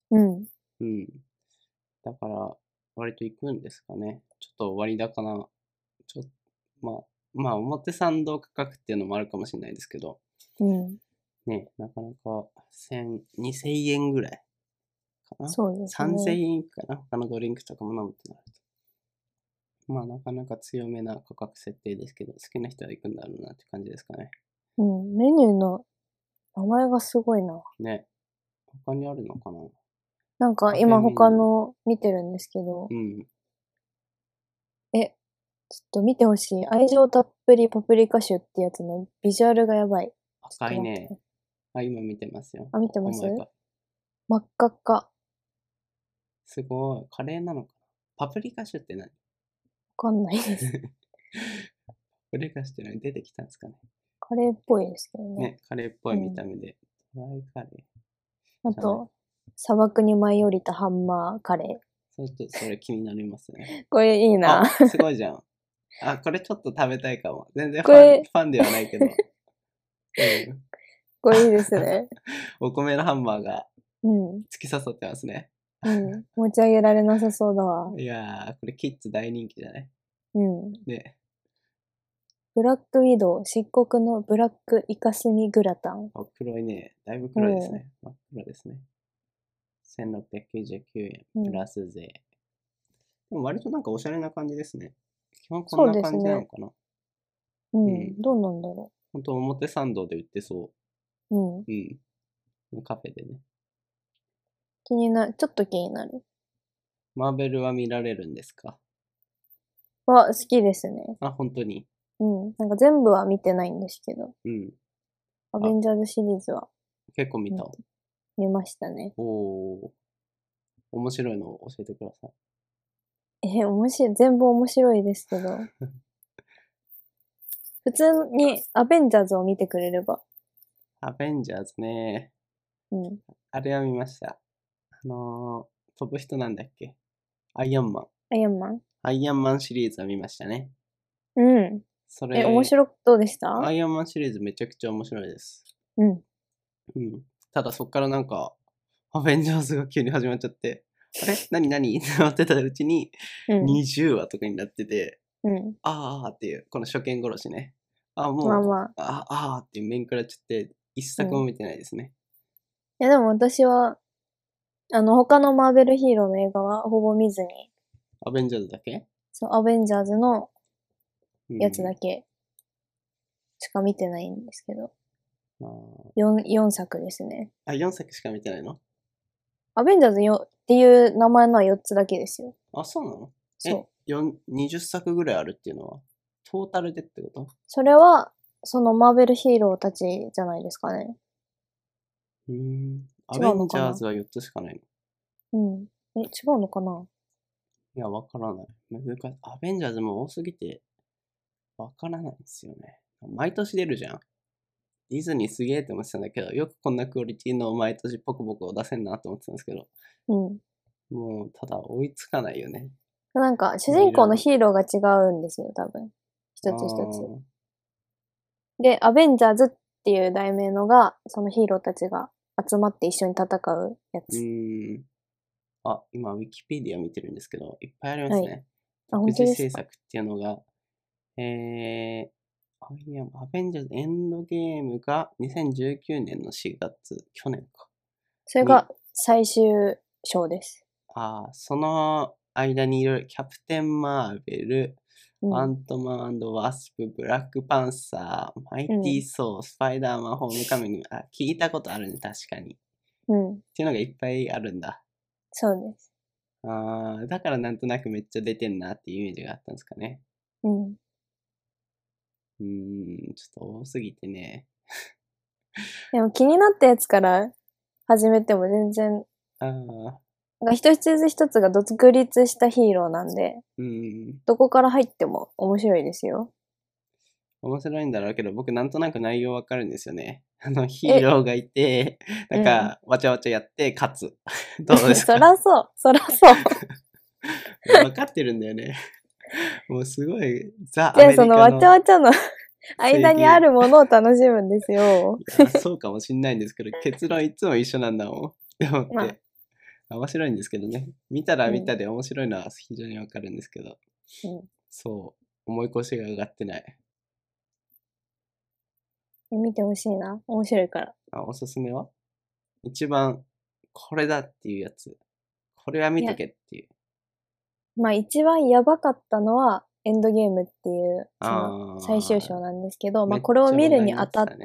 Speaker 1: だから、割と行くんですかね。ちょっと割高な。まあ、表参道価格っていうのもあるかもしれないですけど。ね、なかなか2000円ぐらいかな。
Speaker 2: そうですね。
Speaker 1: 3000円いくかな。他のドリンクとかも飲むってなると。まあ、なかなか強めな価格設定ですけど、好きな人は行くんだろうなって感じですかね。
Speaker 2: メニューの名前がすごいな。
Speaker 1: ね。他にあるのかな？
Speaker 2: なんか今他の見てるんですけど、 ちょっと見てほしい。愛情たっぷりパプリカ酒ってやつのビジュアルがやばい。
Speaker 1: 赤いね。あ、今見てますよ。
Speaker 2: あ、見てます？
Speaker 1: お前か
Speaker 2: 真っ赤っか。
Speaker 1: すごい。カレーなのかな。パプリカ酒って何？
Speaker 2: わかんないです。
Speaker 1: パプリカ酒って何出てきたんですかね。
Speaker 2: カレーっぽいですけどね。
Speaker 1: ね、カレーっぽい見た目で。ドライカレー。
Speaker 2: あと、砂漠に舞い降りたハンマーカレ
Speaker 1: それ気になりますね。
Speaker 2: ー。これいいな。
Speaker 1: あ、すごいじゃん。あ、これちょっと食べたいかも。全然フ
Speaker 2: これ
Speaker 1: ァンではないけど。
Speaker 2: これいいですね。
Speaker 1: お米のハンマーが
Speaker 2: うん。
Speaker 1: 突き刺さってますね。
Speaker 2: うん。持ち上げられなさそうだわ。
Speaker 1: いやー、これキッズ大人気じゃない？
Speaker 2: うん。
Speaker 1: ね。
Speaker 2: ブラックウィドウ、漆黒のブラックイカスミグラタン。
Speaker 1: あ、黒いね。だいぶ黒いですね。真っ黒ですね。1699円、プラス税。でも割となんかおしゃれな感じですね。基本こんな感じなのかな。
Speaker 2: うん、どうなんだろ
Speaker 1: う。ほんと表参道で売ってそう。うん。カフェでね。
Speaker 2: ちょっと気になる。
Speaker 1: マーベルは見られるんですか？
Speaker 2: は、好きですね。
Speaker 1: あ、本当に。
Speaker 2: うん。なんか全部は見てないんですけど。
Speaker 1: うん。
Speaker 2: アベンジャーズシリーズは。
Speaker 1: 結構見た。
Speaker 2: 見ましたね。
Speaker 1: おー。面白いのを教えてください。
Speaker 2: 全部面白いですけど。普通にアベンジャーズを見てくれれば。
Speaker 1: アベンジャーズね。
Speaker 2: うん。
Speaker 1: あれは見ました。飛ぶ人なんだっけ？アイアンマン。
Speaker 2: アイアンマン？
Speaker 1: アイアンマンシリーズは見ましたね。
Speaker 2: うん。どうでした？
Speaker 1: アイアンマンシリーズめちゃくちゃ面白いです。
Speaker 2: うん。
Speaker 1: うん。ただそっからなんか、アベンジャーズが急に始まっちゃって、あれ何ってなってたうちに、20話とかになってて、あーっていう、この初見殺しね。あっていう面食らっちゃって、一作も見てないですね。
Speaker 2: いやでも私は、他のマーベルヒーローの映画はほぼ見ずに。
Speaker 1: アベンジャーズだけ？
Speaker 2: そう、アベンジャーズのやつだけしか見てないんですけど。4作ですね。
Speaker 1: あ、4作しか見てないの？
Speaker 2: アベンジャーズっていう名前のは4つだけですよ。
Speaker 1: あ、そうなの？そう。20作ぐらいあるっていうのは、トータルでってこと？
Speaker 2: それは、そのマーベルヒーローたちじゃないですかね。
Speaker 1: アベンジャーズは4つしかない
Speaker 2: の？うん。違うのかな？
Speaker 1: いや、わからない。難しい。アベンジャーズも多すぎて、わからないんですよね。毎年出るじゃん。ディズニーすげえって思ってたんだけど、よくこんなクオリティの毎年ポコポコを出せんなと思ってたんですけど、もう、ただ追いつかないよね。
Speaker 2: なんか、主人公のヒーローが違うんですよ、多分。一つ一つ。で、アベンジャーズっていう題名のが、そのヒーローたちが集まって一緒に戦うやつ。
Speaker 1: あ、今、ウィキペディア見てるんですけど、いっぱいありますね。
Speaker 2: 独
Speaker 1: 自制作っていうのが、アベンジャーズエンドゲームが2019年の4月、去年か。
Speaker 2: それが最終章です。
Speaker 1: その間にいるキャプテン・マーベル、アントマン&ワスプ、ブラックパンサー、マイティー・ソー、スパイダーマン、ホームカミング、聞いたことあるね、確かに。っていうのがいっぱいあるんだ。
Speaker 2: そうです。
Speaker 1: だからなんとなくめっちゃ出てんなっていうイメージがあったんですかね。ちょっと多すぎてね。
Speaker 2: でも気になったやつから始めても全然、一つ一つが独立したヒーローなんで、どこから入っても面白いですよ。
Speaker 1: 面白いんだろうけど、僕なんとなく内容わかるんですよね。ヒーローがいて、なんか、わちゃわちゃやって勝つ。どうですか？
Speaker 2: そらそう。
Speaker 1: わかってるんだよね。もうすごい、ザ・ア
Speaker 2: メリカの。じゃあそのわちゃわちゃの間にあるものを楽しむんですよ。
Speaker 1: いや、そうかもしんないんですけど、結論いつも一緒なんだもん。って思って。面白いんですけどね。見たら見たで面白いのは非常にわかるんですけど。そう。思い越しが上がってない。
Speaker 2: 見てほしいな。面白いから。
Speaker 1: おすすめは？一番、これだっていうやつ。これは見とけっていう。
Speaker 2: 一番やばかったのは、エンドゲームっていう、その最終章なんですけど、これを見るにあたって、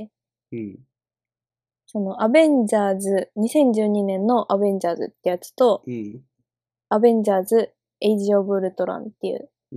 Speaker 2: そのアベンジャーズ、2012年のアベンジャーズってやつと、アベンジャーズ、エイジ・オブ・ウルトランっていう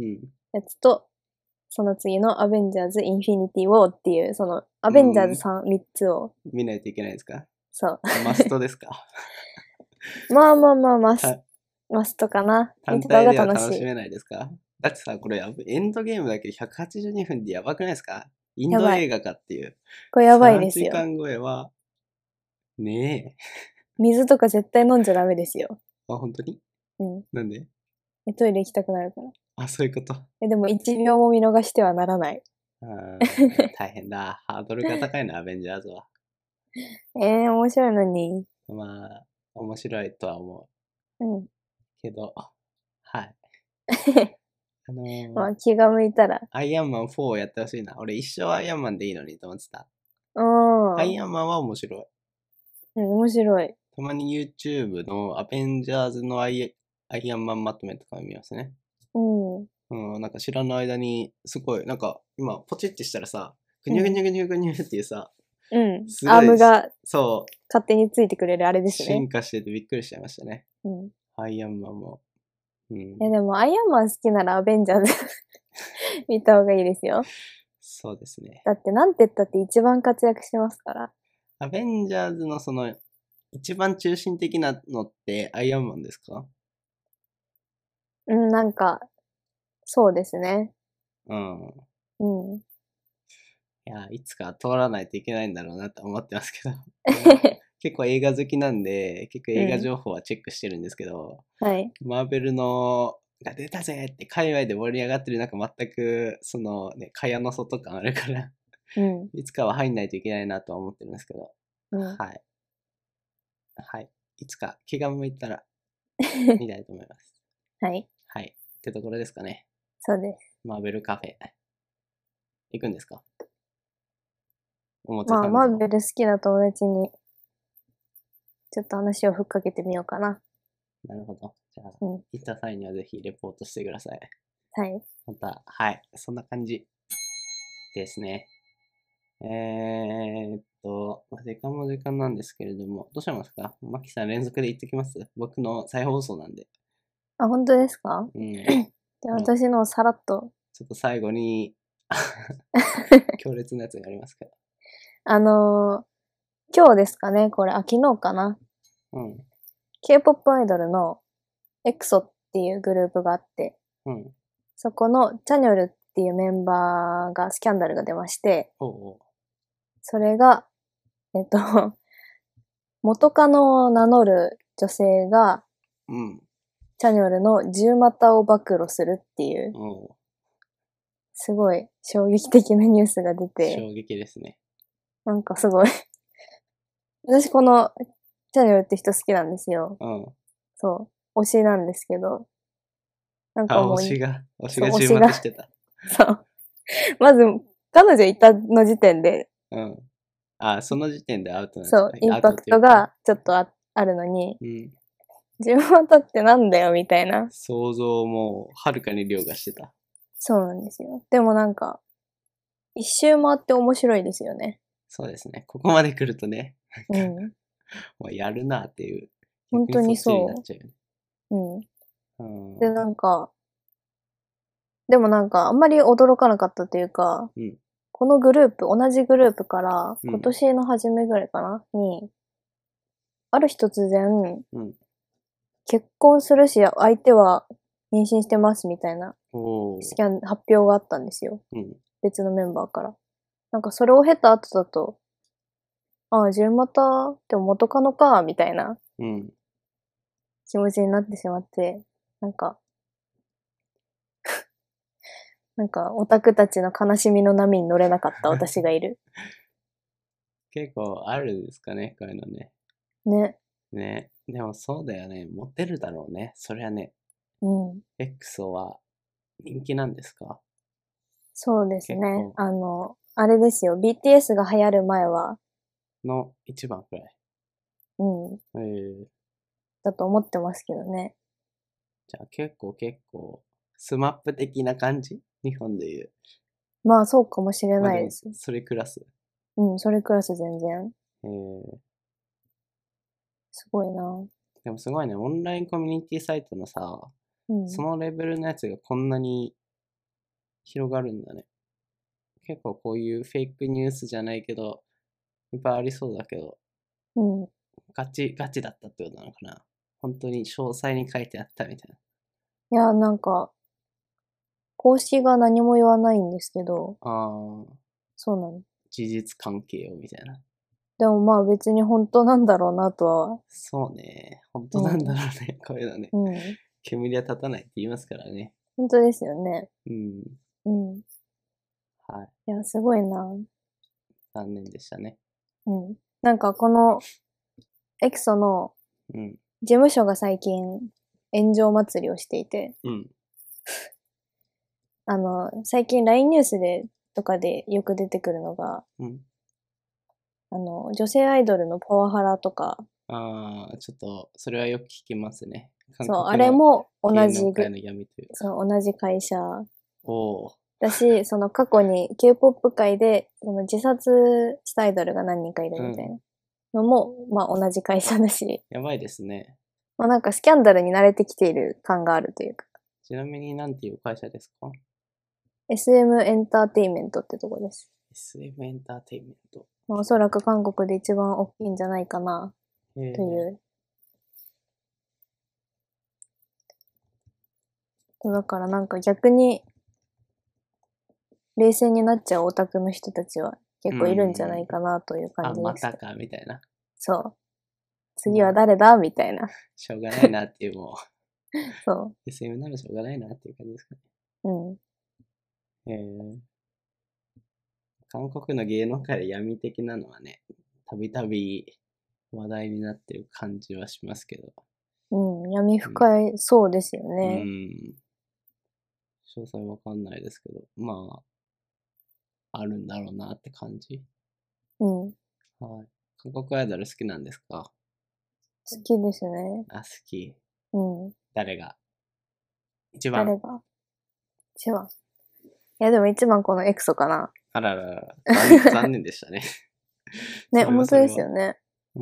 Speaker 2: やつと、その次のアベンジャーズ・インフィニティ・ウォーっていう、その、アベンジャーズ3つを。
Speaker 1: 見ないといけないですか？
Speaker 2: そう。
Speaker 1: マストですか？
Speaker 2: まあ、マストかな。
Speaker 1: 単体では楽しめないですか？だってさ、これ、エンドゲームだけで182分でやばくないですか？インド映画かっていう。
Speaker 2: これやばいですよ。
Speaker 1: 3時間超えは、ねえ。
Speaker 2: 水とか絶対飲んじゃダメですよ。
Speaker 1: あ、本当に？
Speaker 2: うん。
Speaker 1: なんで？
Speaker 2: トイレ行きたくなるから。
Speaker 1: あ、そういうこと。
Speaker 2: でも1秒も見逃してはならない。
Speaker 1: 大変だ。ハードルが高いな、アベンジャーズは。
Speaker 2: 面白いのに。
Speaker 1: まあ、面白いとは思
Speaker 2: う。うん。
Speaker 1: けど、はい。
Speaker 2: まあ気が向いたら。
Speaker 1: アイアンマン4をやってほしいな。俺一生アイアンマンでいいのにと思ってた。アイ
Speaker 2: ああ。
Speaker 1: アンマンは面白い。
Speaker 2: うん、面白い。
Speaker 1: たまに YouTube のアベンジャーズのアイアンマンまとめとか見ますね。
Speaker 2: うん。
Speaker 1: なんか知らない間に、すごい、なんか今ポチってしたらさ、ぐにゅぐにゅぐにゅぐにゅっていうさ、
Speaker 2: うん。アームが、
Speaker 1: そう。
Speaker 2: 勝手についてくれるあれですね。
Speaker 1: 進化しててびっくりしちゃいましたね。
Speaker 2: うん。
Speaker 1: アイアンマンも。
Speaker 2: うん。でもアイアンマン好きならアベンジャーズ見た方がいいですよ。
Speaker 1: そうですね。
Speaker 2: だってなんて言ったって一番活躍してますから。
Speaker 1: アベンジャーズのその、一番中心的なのってアイアンマンですか？
Speaker 2: うん、なんか、そうですね。
Speaker 1: うん。
Speaker 2: うん。
Speaker 1: いや、いつか通らないといけないんだろうなと思ってますけど。結構映画好きなんで、結構映画情報はチェックしてるんですけど、
Speaker 2: はい。
Speaker 1: マーベルのが出たぜって界隈で盛り上がってる中、全くそのね、蚊帳の外感あるから
Speaker 2: うん。
Speaker 1: いつかは入んないといけないなとは思ってるんですけど、
Speaker 2: うん、
Speaker 1: はい。はい。いつか気が向いたら見たいと思います。
Speaker 2: はい。
Speaker 1: はい。ってところですかね。
Speaker 2: そうです。
Speaker 1: マーベルカフェ。行くんですか？
Speaker 2: まあ、マーベル好きな友達に、ちょっと話をふっかけてみようかな。
Speaker 1: なるほど。じゃあ、行った際にはぜひレポートしてください。
Speaker 2: はい。
Speaker 1: また、はい。そんな感じですね。時間も時間なんですけれども、どうしますか？マキさん連続で言ってきます？僕の再放送なんで。
Speaker 2: あ、本当ですか？
Speaker 1: うん。
Speaker 2: じゃあ私のさらっと。
Speaker 1: ちょっと最後に強烈なやつがありますから。
Speaker 2: 今日ですかねこれ、昨日かな。
Speaker 1: うん。
Speaker 2: K-POP アイドルのエクソっていうグループがあって、
Speaker 1: うん。
Speaker 2: そこのチャニョルっていうメンバーがスキャンダルが出まして、それが、元カノを名乗る女性が、チャニョルの10股を暴露するっていう、すごい衝撃的なニュースが出て、
Speaker 1: 衝撃ですね。
Speaker 2: なんかすごい私このチャニョルって人好きなんですよ。そう。推しなんですけど。
Speaker 1: なんかもう。推しが10股してた。
Speaker 2: そう。まず、彼女いたの時点で。
Speaker 1: その時点でアウトなんですか？
Speaker 2: そう、インパクトがちょっとあるのに、10股ってなんだよみたいな。
Speaker 1: 想像もはるかに凌駕してた。
Speaker 2: そうなんですよ。でもなんか、一周回って面白いですよね。
Speaker 1: そうですね。ここまで来るとね、もうやるなっていう。
Speaker 2: 本当にそう。で、でもなんか、あんまり驚かなかったというか、このグループ、同じグループから、今年の初めぐらいかな、に、ある日突然、結婚するし、相手は妊娠してますみたいな、発表があったんですよ。別のメンバーから。なんかそれを経た後だと、ああ、10股って元カノか、みたいな気持ちになってしまって、なんかオタクたちの悲しみの波に乗れなかった私がいる。
Speaker 1: 結構あるんですかね、こういうのね。ね。でもそうだよね。モテるだろうね。そりゃね。エクソは人気なんですか？
Speaker 2: そうですね。あれですよ。BTS が流行る前は。
Speaker 1: の一番くらい。だ
Speaker 2: と思ってますけどね。
Speaker 1: じゃあ結構、スマップ的な感じ？日本でいう。
Speaker 2: まあそうかもしれないです。
Speaker 1: それクラス。
Speaker 2: それクラス全然。すごいな。
Speaker 1: でもすごいね、オンラインコミュニティサイトのさ、そのレベルのやつがこんなに広がるんだね。結構こういうフェイクニュースじゃないけど、いっぱいありそうだけど、
Speaker 2: うん。
Speaker 1: ガチだったってことなのかな。本当に詳細に書いてあったみたいな。
Speaker 2: いや、なんか、公式が何も言わないんですけど、そうなの。
Speaker 1: 事実関係をみたいな。
Speaker 2: でもまあ別に本当なんだろうなとは。
Speaker 1: そうね。本当なんだろうね。こういうのね。煙は立たないって言いますからね。
Speaker 2: 本当ですよね。
Speaker 1: はい。
Speaker 2: いや、すごいな。
Speaker 1: 残念でしたね。
Speaker 2: なんかこの、エクソの、事務所が最近、炎上祭りをしていて、最近 LINE ニュースとかでよく出てくるのが、女性アイドルのパワハラとか。
Speaker 1: ちょっと、それはよく聞きますね。
Speaker 2: そう、あれも同じ、
Speaker 1: そう、
Speaker 2: 同じ会社。だし、その過去に K-POP 界で、その自殺したアイドルが何人かいるみたいなのも、まあ同じ会社だし。
Speaker 1: やばいですね。
Speaker 2: まあなんかスキャンダルに慣れてきている感があるというか。
Speaker 1: ちなみに何ていう会社ですか？
Speaker 2: SM エンターテインメントってとこです。
Speaker 1: SM エンターテインメント。
Speaker 2: まあ、おそらく韓国で一番大きいんじゃないかな、という。だからなんか逆に、冷静になっちゃうオタクの人たちは結構いるんじゃないかなという感じです。
Speaker 1: またか、みたいな。
Speaker 2: そう。次は誰だみたいな。
Speaker 1: しょうがないなっていう、もう。
Speaker 2: そう。
Speaker 1: SM ならしょうがないなっていう感じですかね。韓国の芸能界で闇的なのはね、たびたび話題になってる感じはしますけど。
Speaker 2: 闇深い、そうですよね。
Speaker 1: 詳細わかんないですけど、まあ、あるんだろうなって感じ。はい。韓国アイドル好きなんですか？
Speaker 2: 好きですね。
Speaker 1: 好き。誰が一
Speaker 2: 番？誰が一番。いや、でも一番このエクソかな。
Speaker 1: あららら、残念でしたね。
Speaker 2: ね、本当ですよね。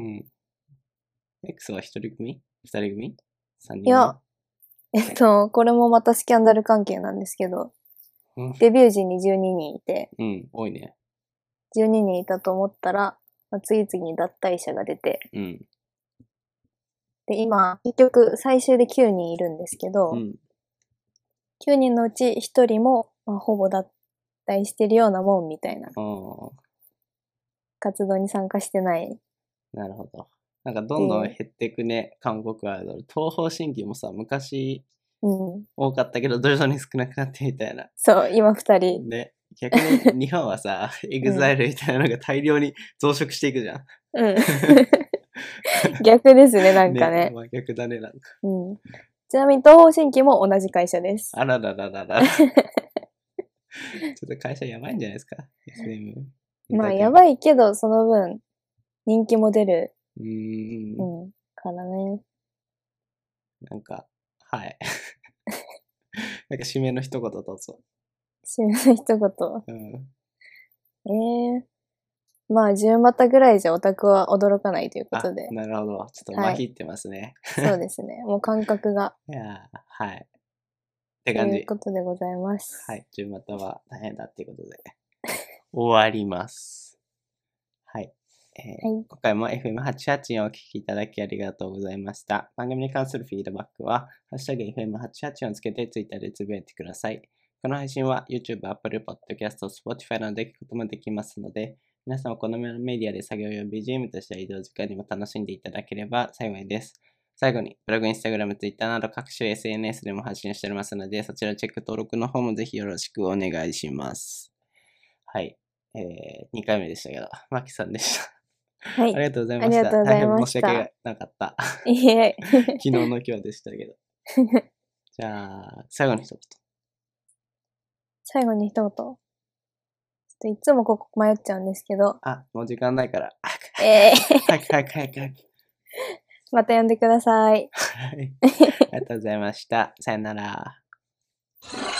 Speaker 1: X は一人組？二人組？三人組？
Speaker 2: いや、これもまたスキャンダル関係なんですけど、デビュー時に12人いて、
Speaker 1: 多いね。
Speaker 2: 12人いたと思ったら、次々に脱退者が出て、で、今、結局最終で9人いるんですけど、9人のうち1人も、ほぼ脱退してるようなもんみたいな。活動に参加してない。
Speaker 1: なるほど。なんかどんどん減っていくね、韓国アイドル。東方神起もさ、昔、多かったけど、徐々に少なくなってみたいな。
Speaker 2: そう、今2人。
Speaker 1: ね。逆に日本はさ、EXILE みたいなのが大量に増殖していくじゃん。
Speaker 2: 逆ですね、なんかね。
Speaker 1: 真逆だね、なんか。
Speaker 2: ちなみに東方神起も同じ会社です。
Speaker 1: あららららら。ちょっと会社やばいんじゃないですか、SM。
Speaker 2: まあ、やばいけど、その分、人気も出る。からね。
Speaker 1: なんか、はい。なんか締めの一言どうぞ。
Speaker 2: 締めの一言。まあ、10股ぐらいじゃオタクは驚かないということで。
Speaker 1: なるほど。ちょっとまひってますね。
Speaker 2: そうですね。もう感覚が。
Speaker 1: いやはい。って感じ。
Speaker 2: ということでございます。
Speaker 1: はい。10股は大変だっていうことで。終わります。はい。今回も FM884 をお聞きいただきありがとうございました。番組に関するフィードバックは、ハッシュタグ FM884 をつけて Twitter でつぶやいてください。この配信は YouTube、Apple Podcast、Spotify などで聞くこともできますので、皆さんはこのメディアで作業用 BGM として移動時間にも楽しんでいただければ幸いです。最後に、ブログ、Instagram、Twitter など各種 SNS でも発信しておりますので、そちらチェック登録の方もぜひよろしくお願いします。はい。2回目でしたけど、マキさんでした。はい。ありがとうございました。大変申し訳なかった。
Speaker 2: いえ。
Speaker 1: 昨日の今日でしたけど。じゃあ、最後に一言。
Speaker 2: 最後に一言。ちょっといつもここ迷っちゃうんですけど。
Speaker 1: もう時間ないから。早く。
Speaker 2: また呼んでください。
Speaker 1: はい。ありがとうございました。さよなら。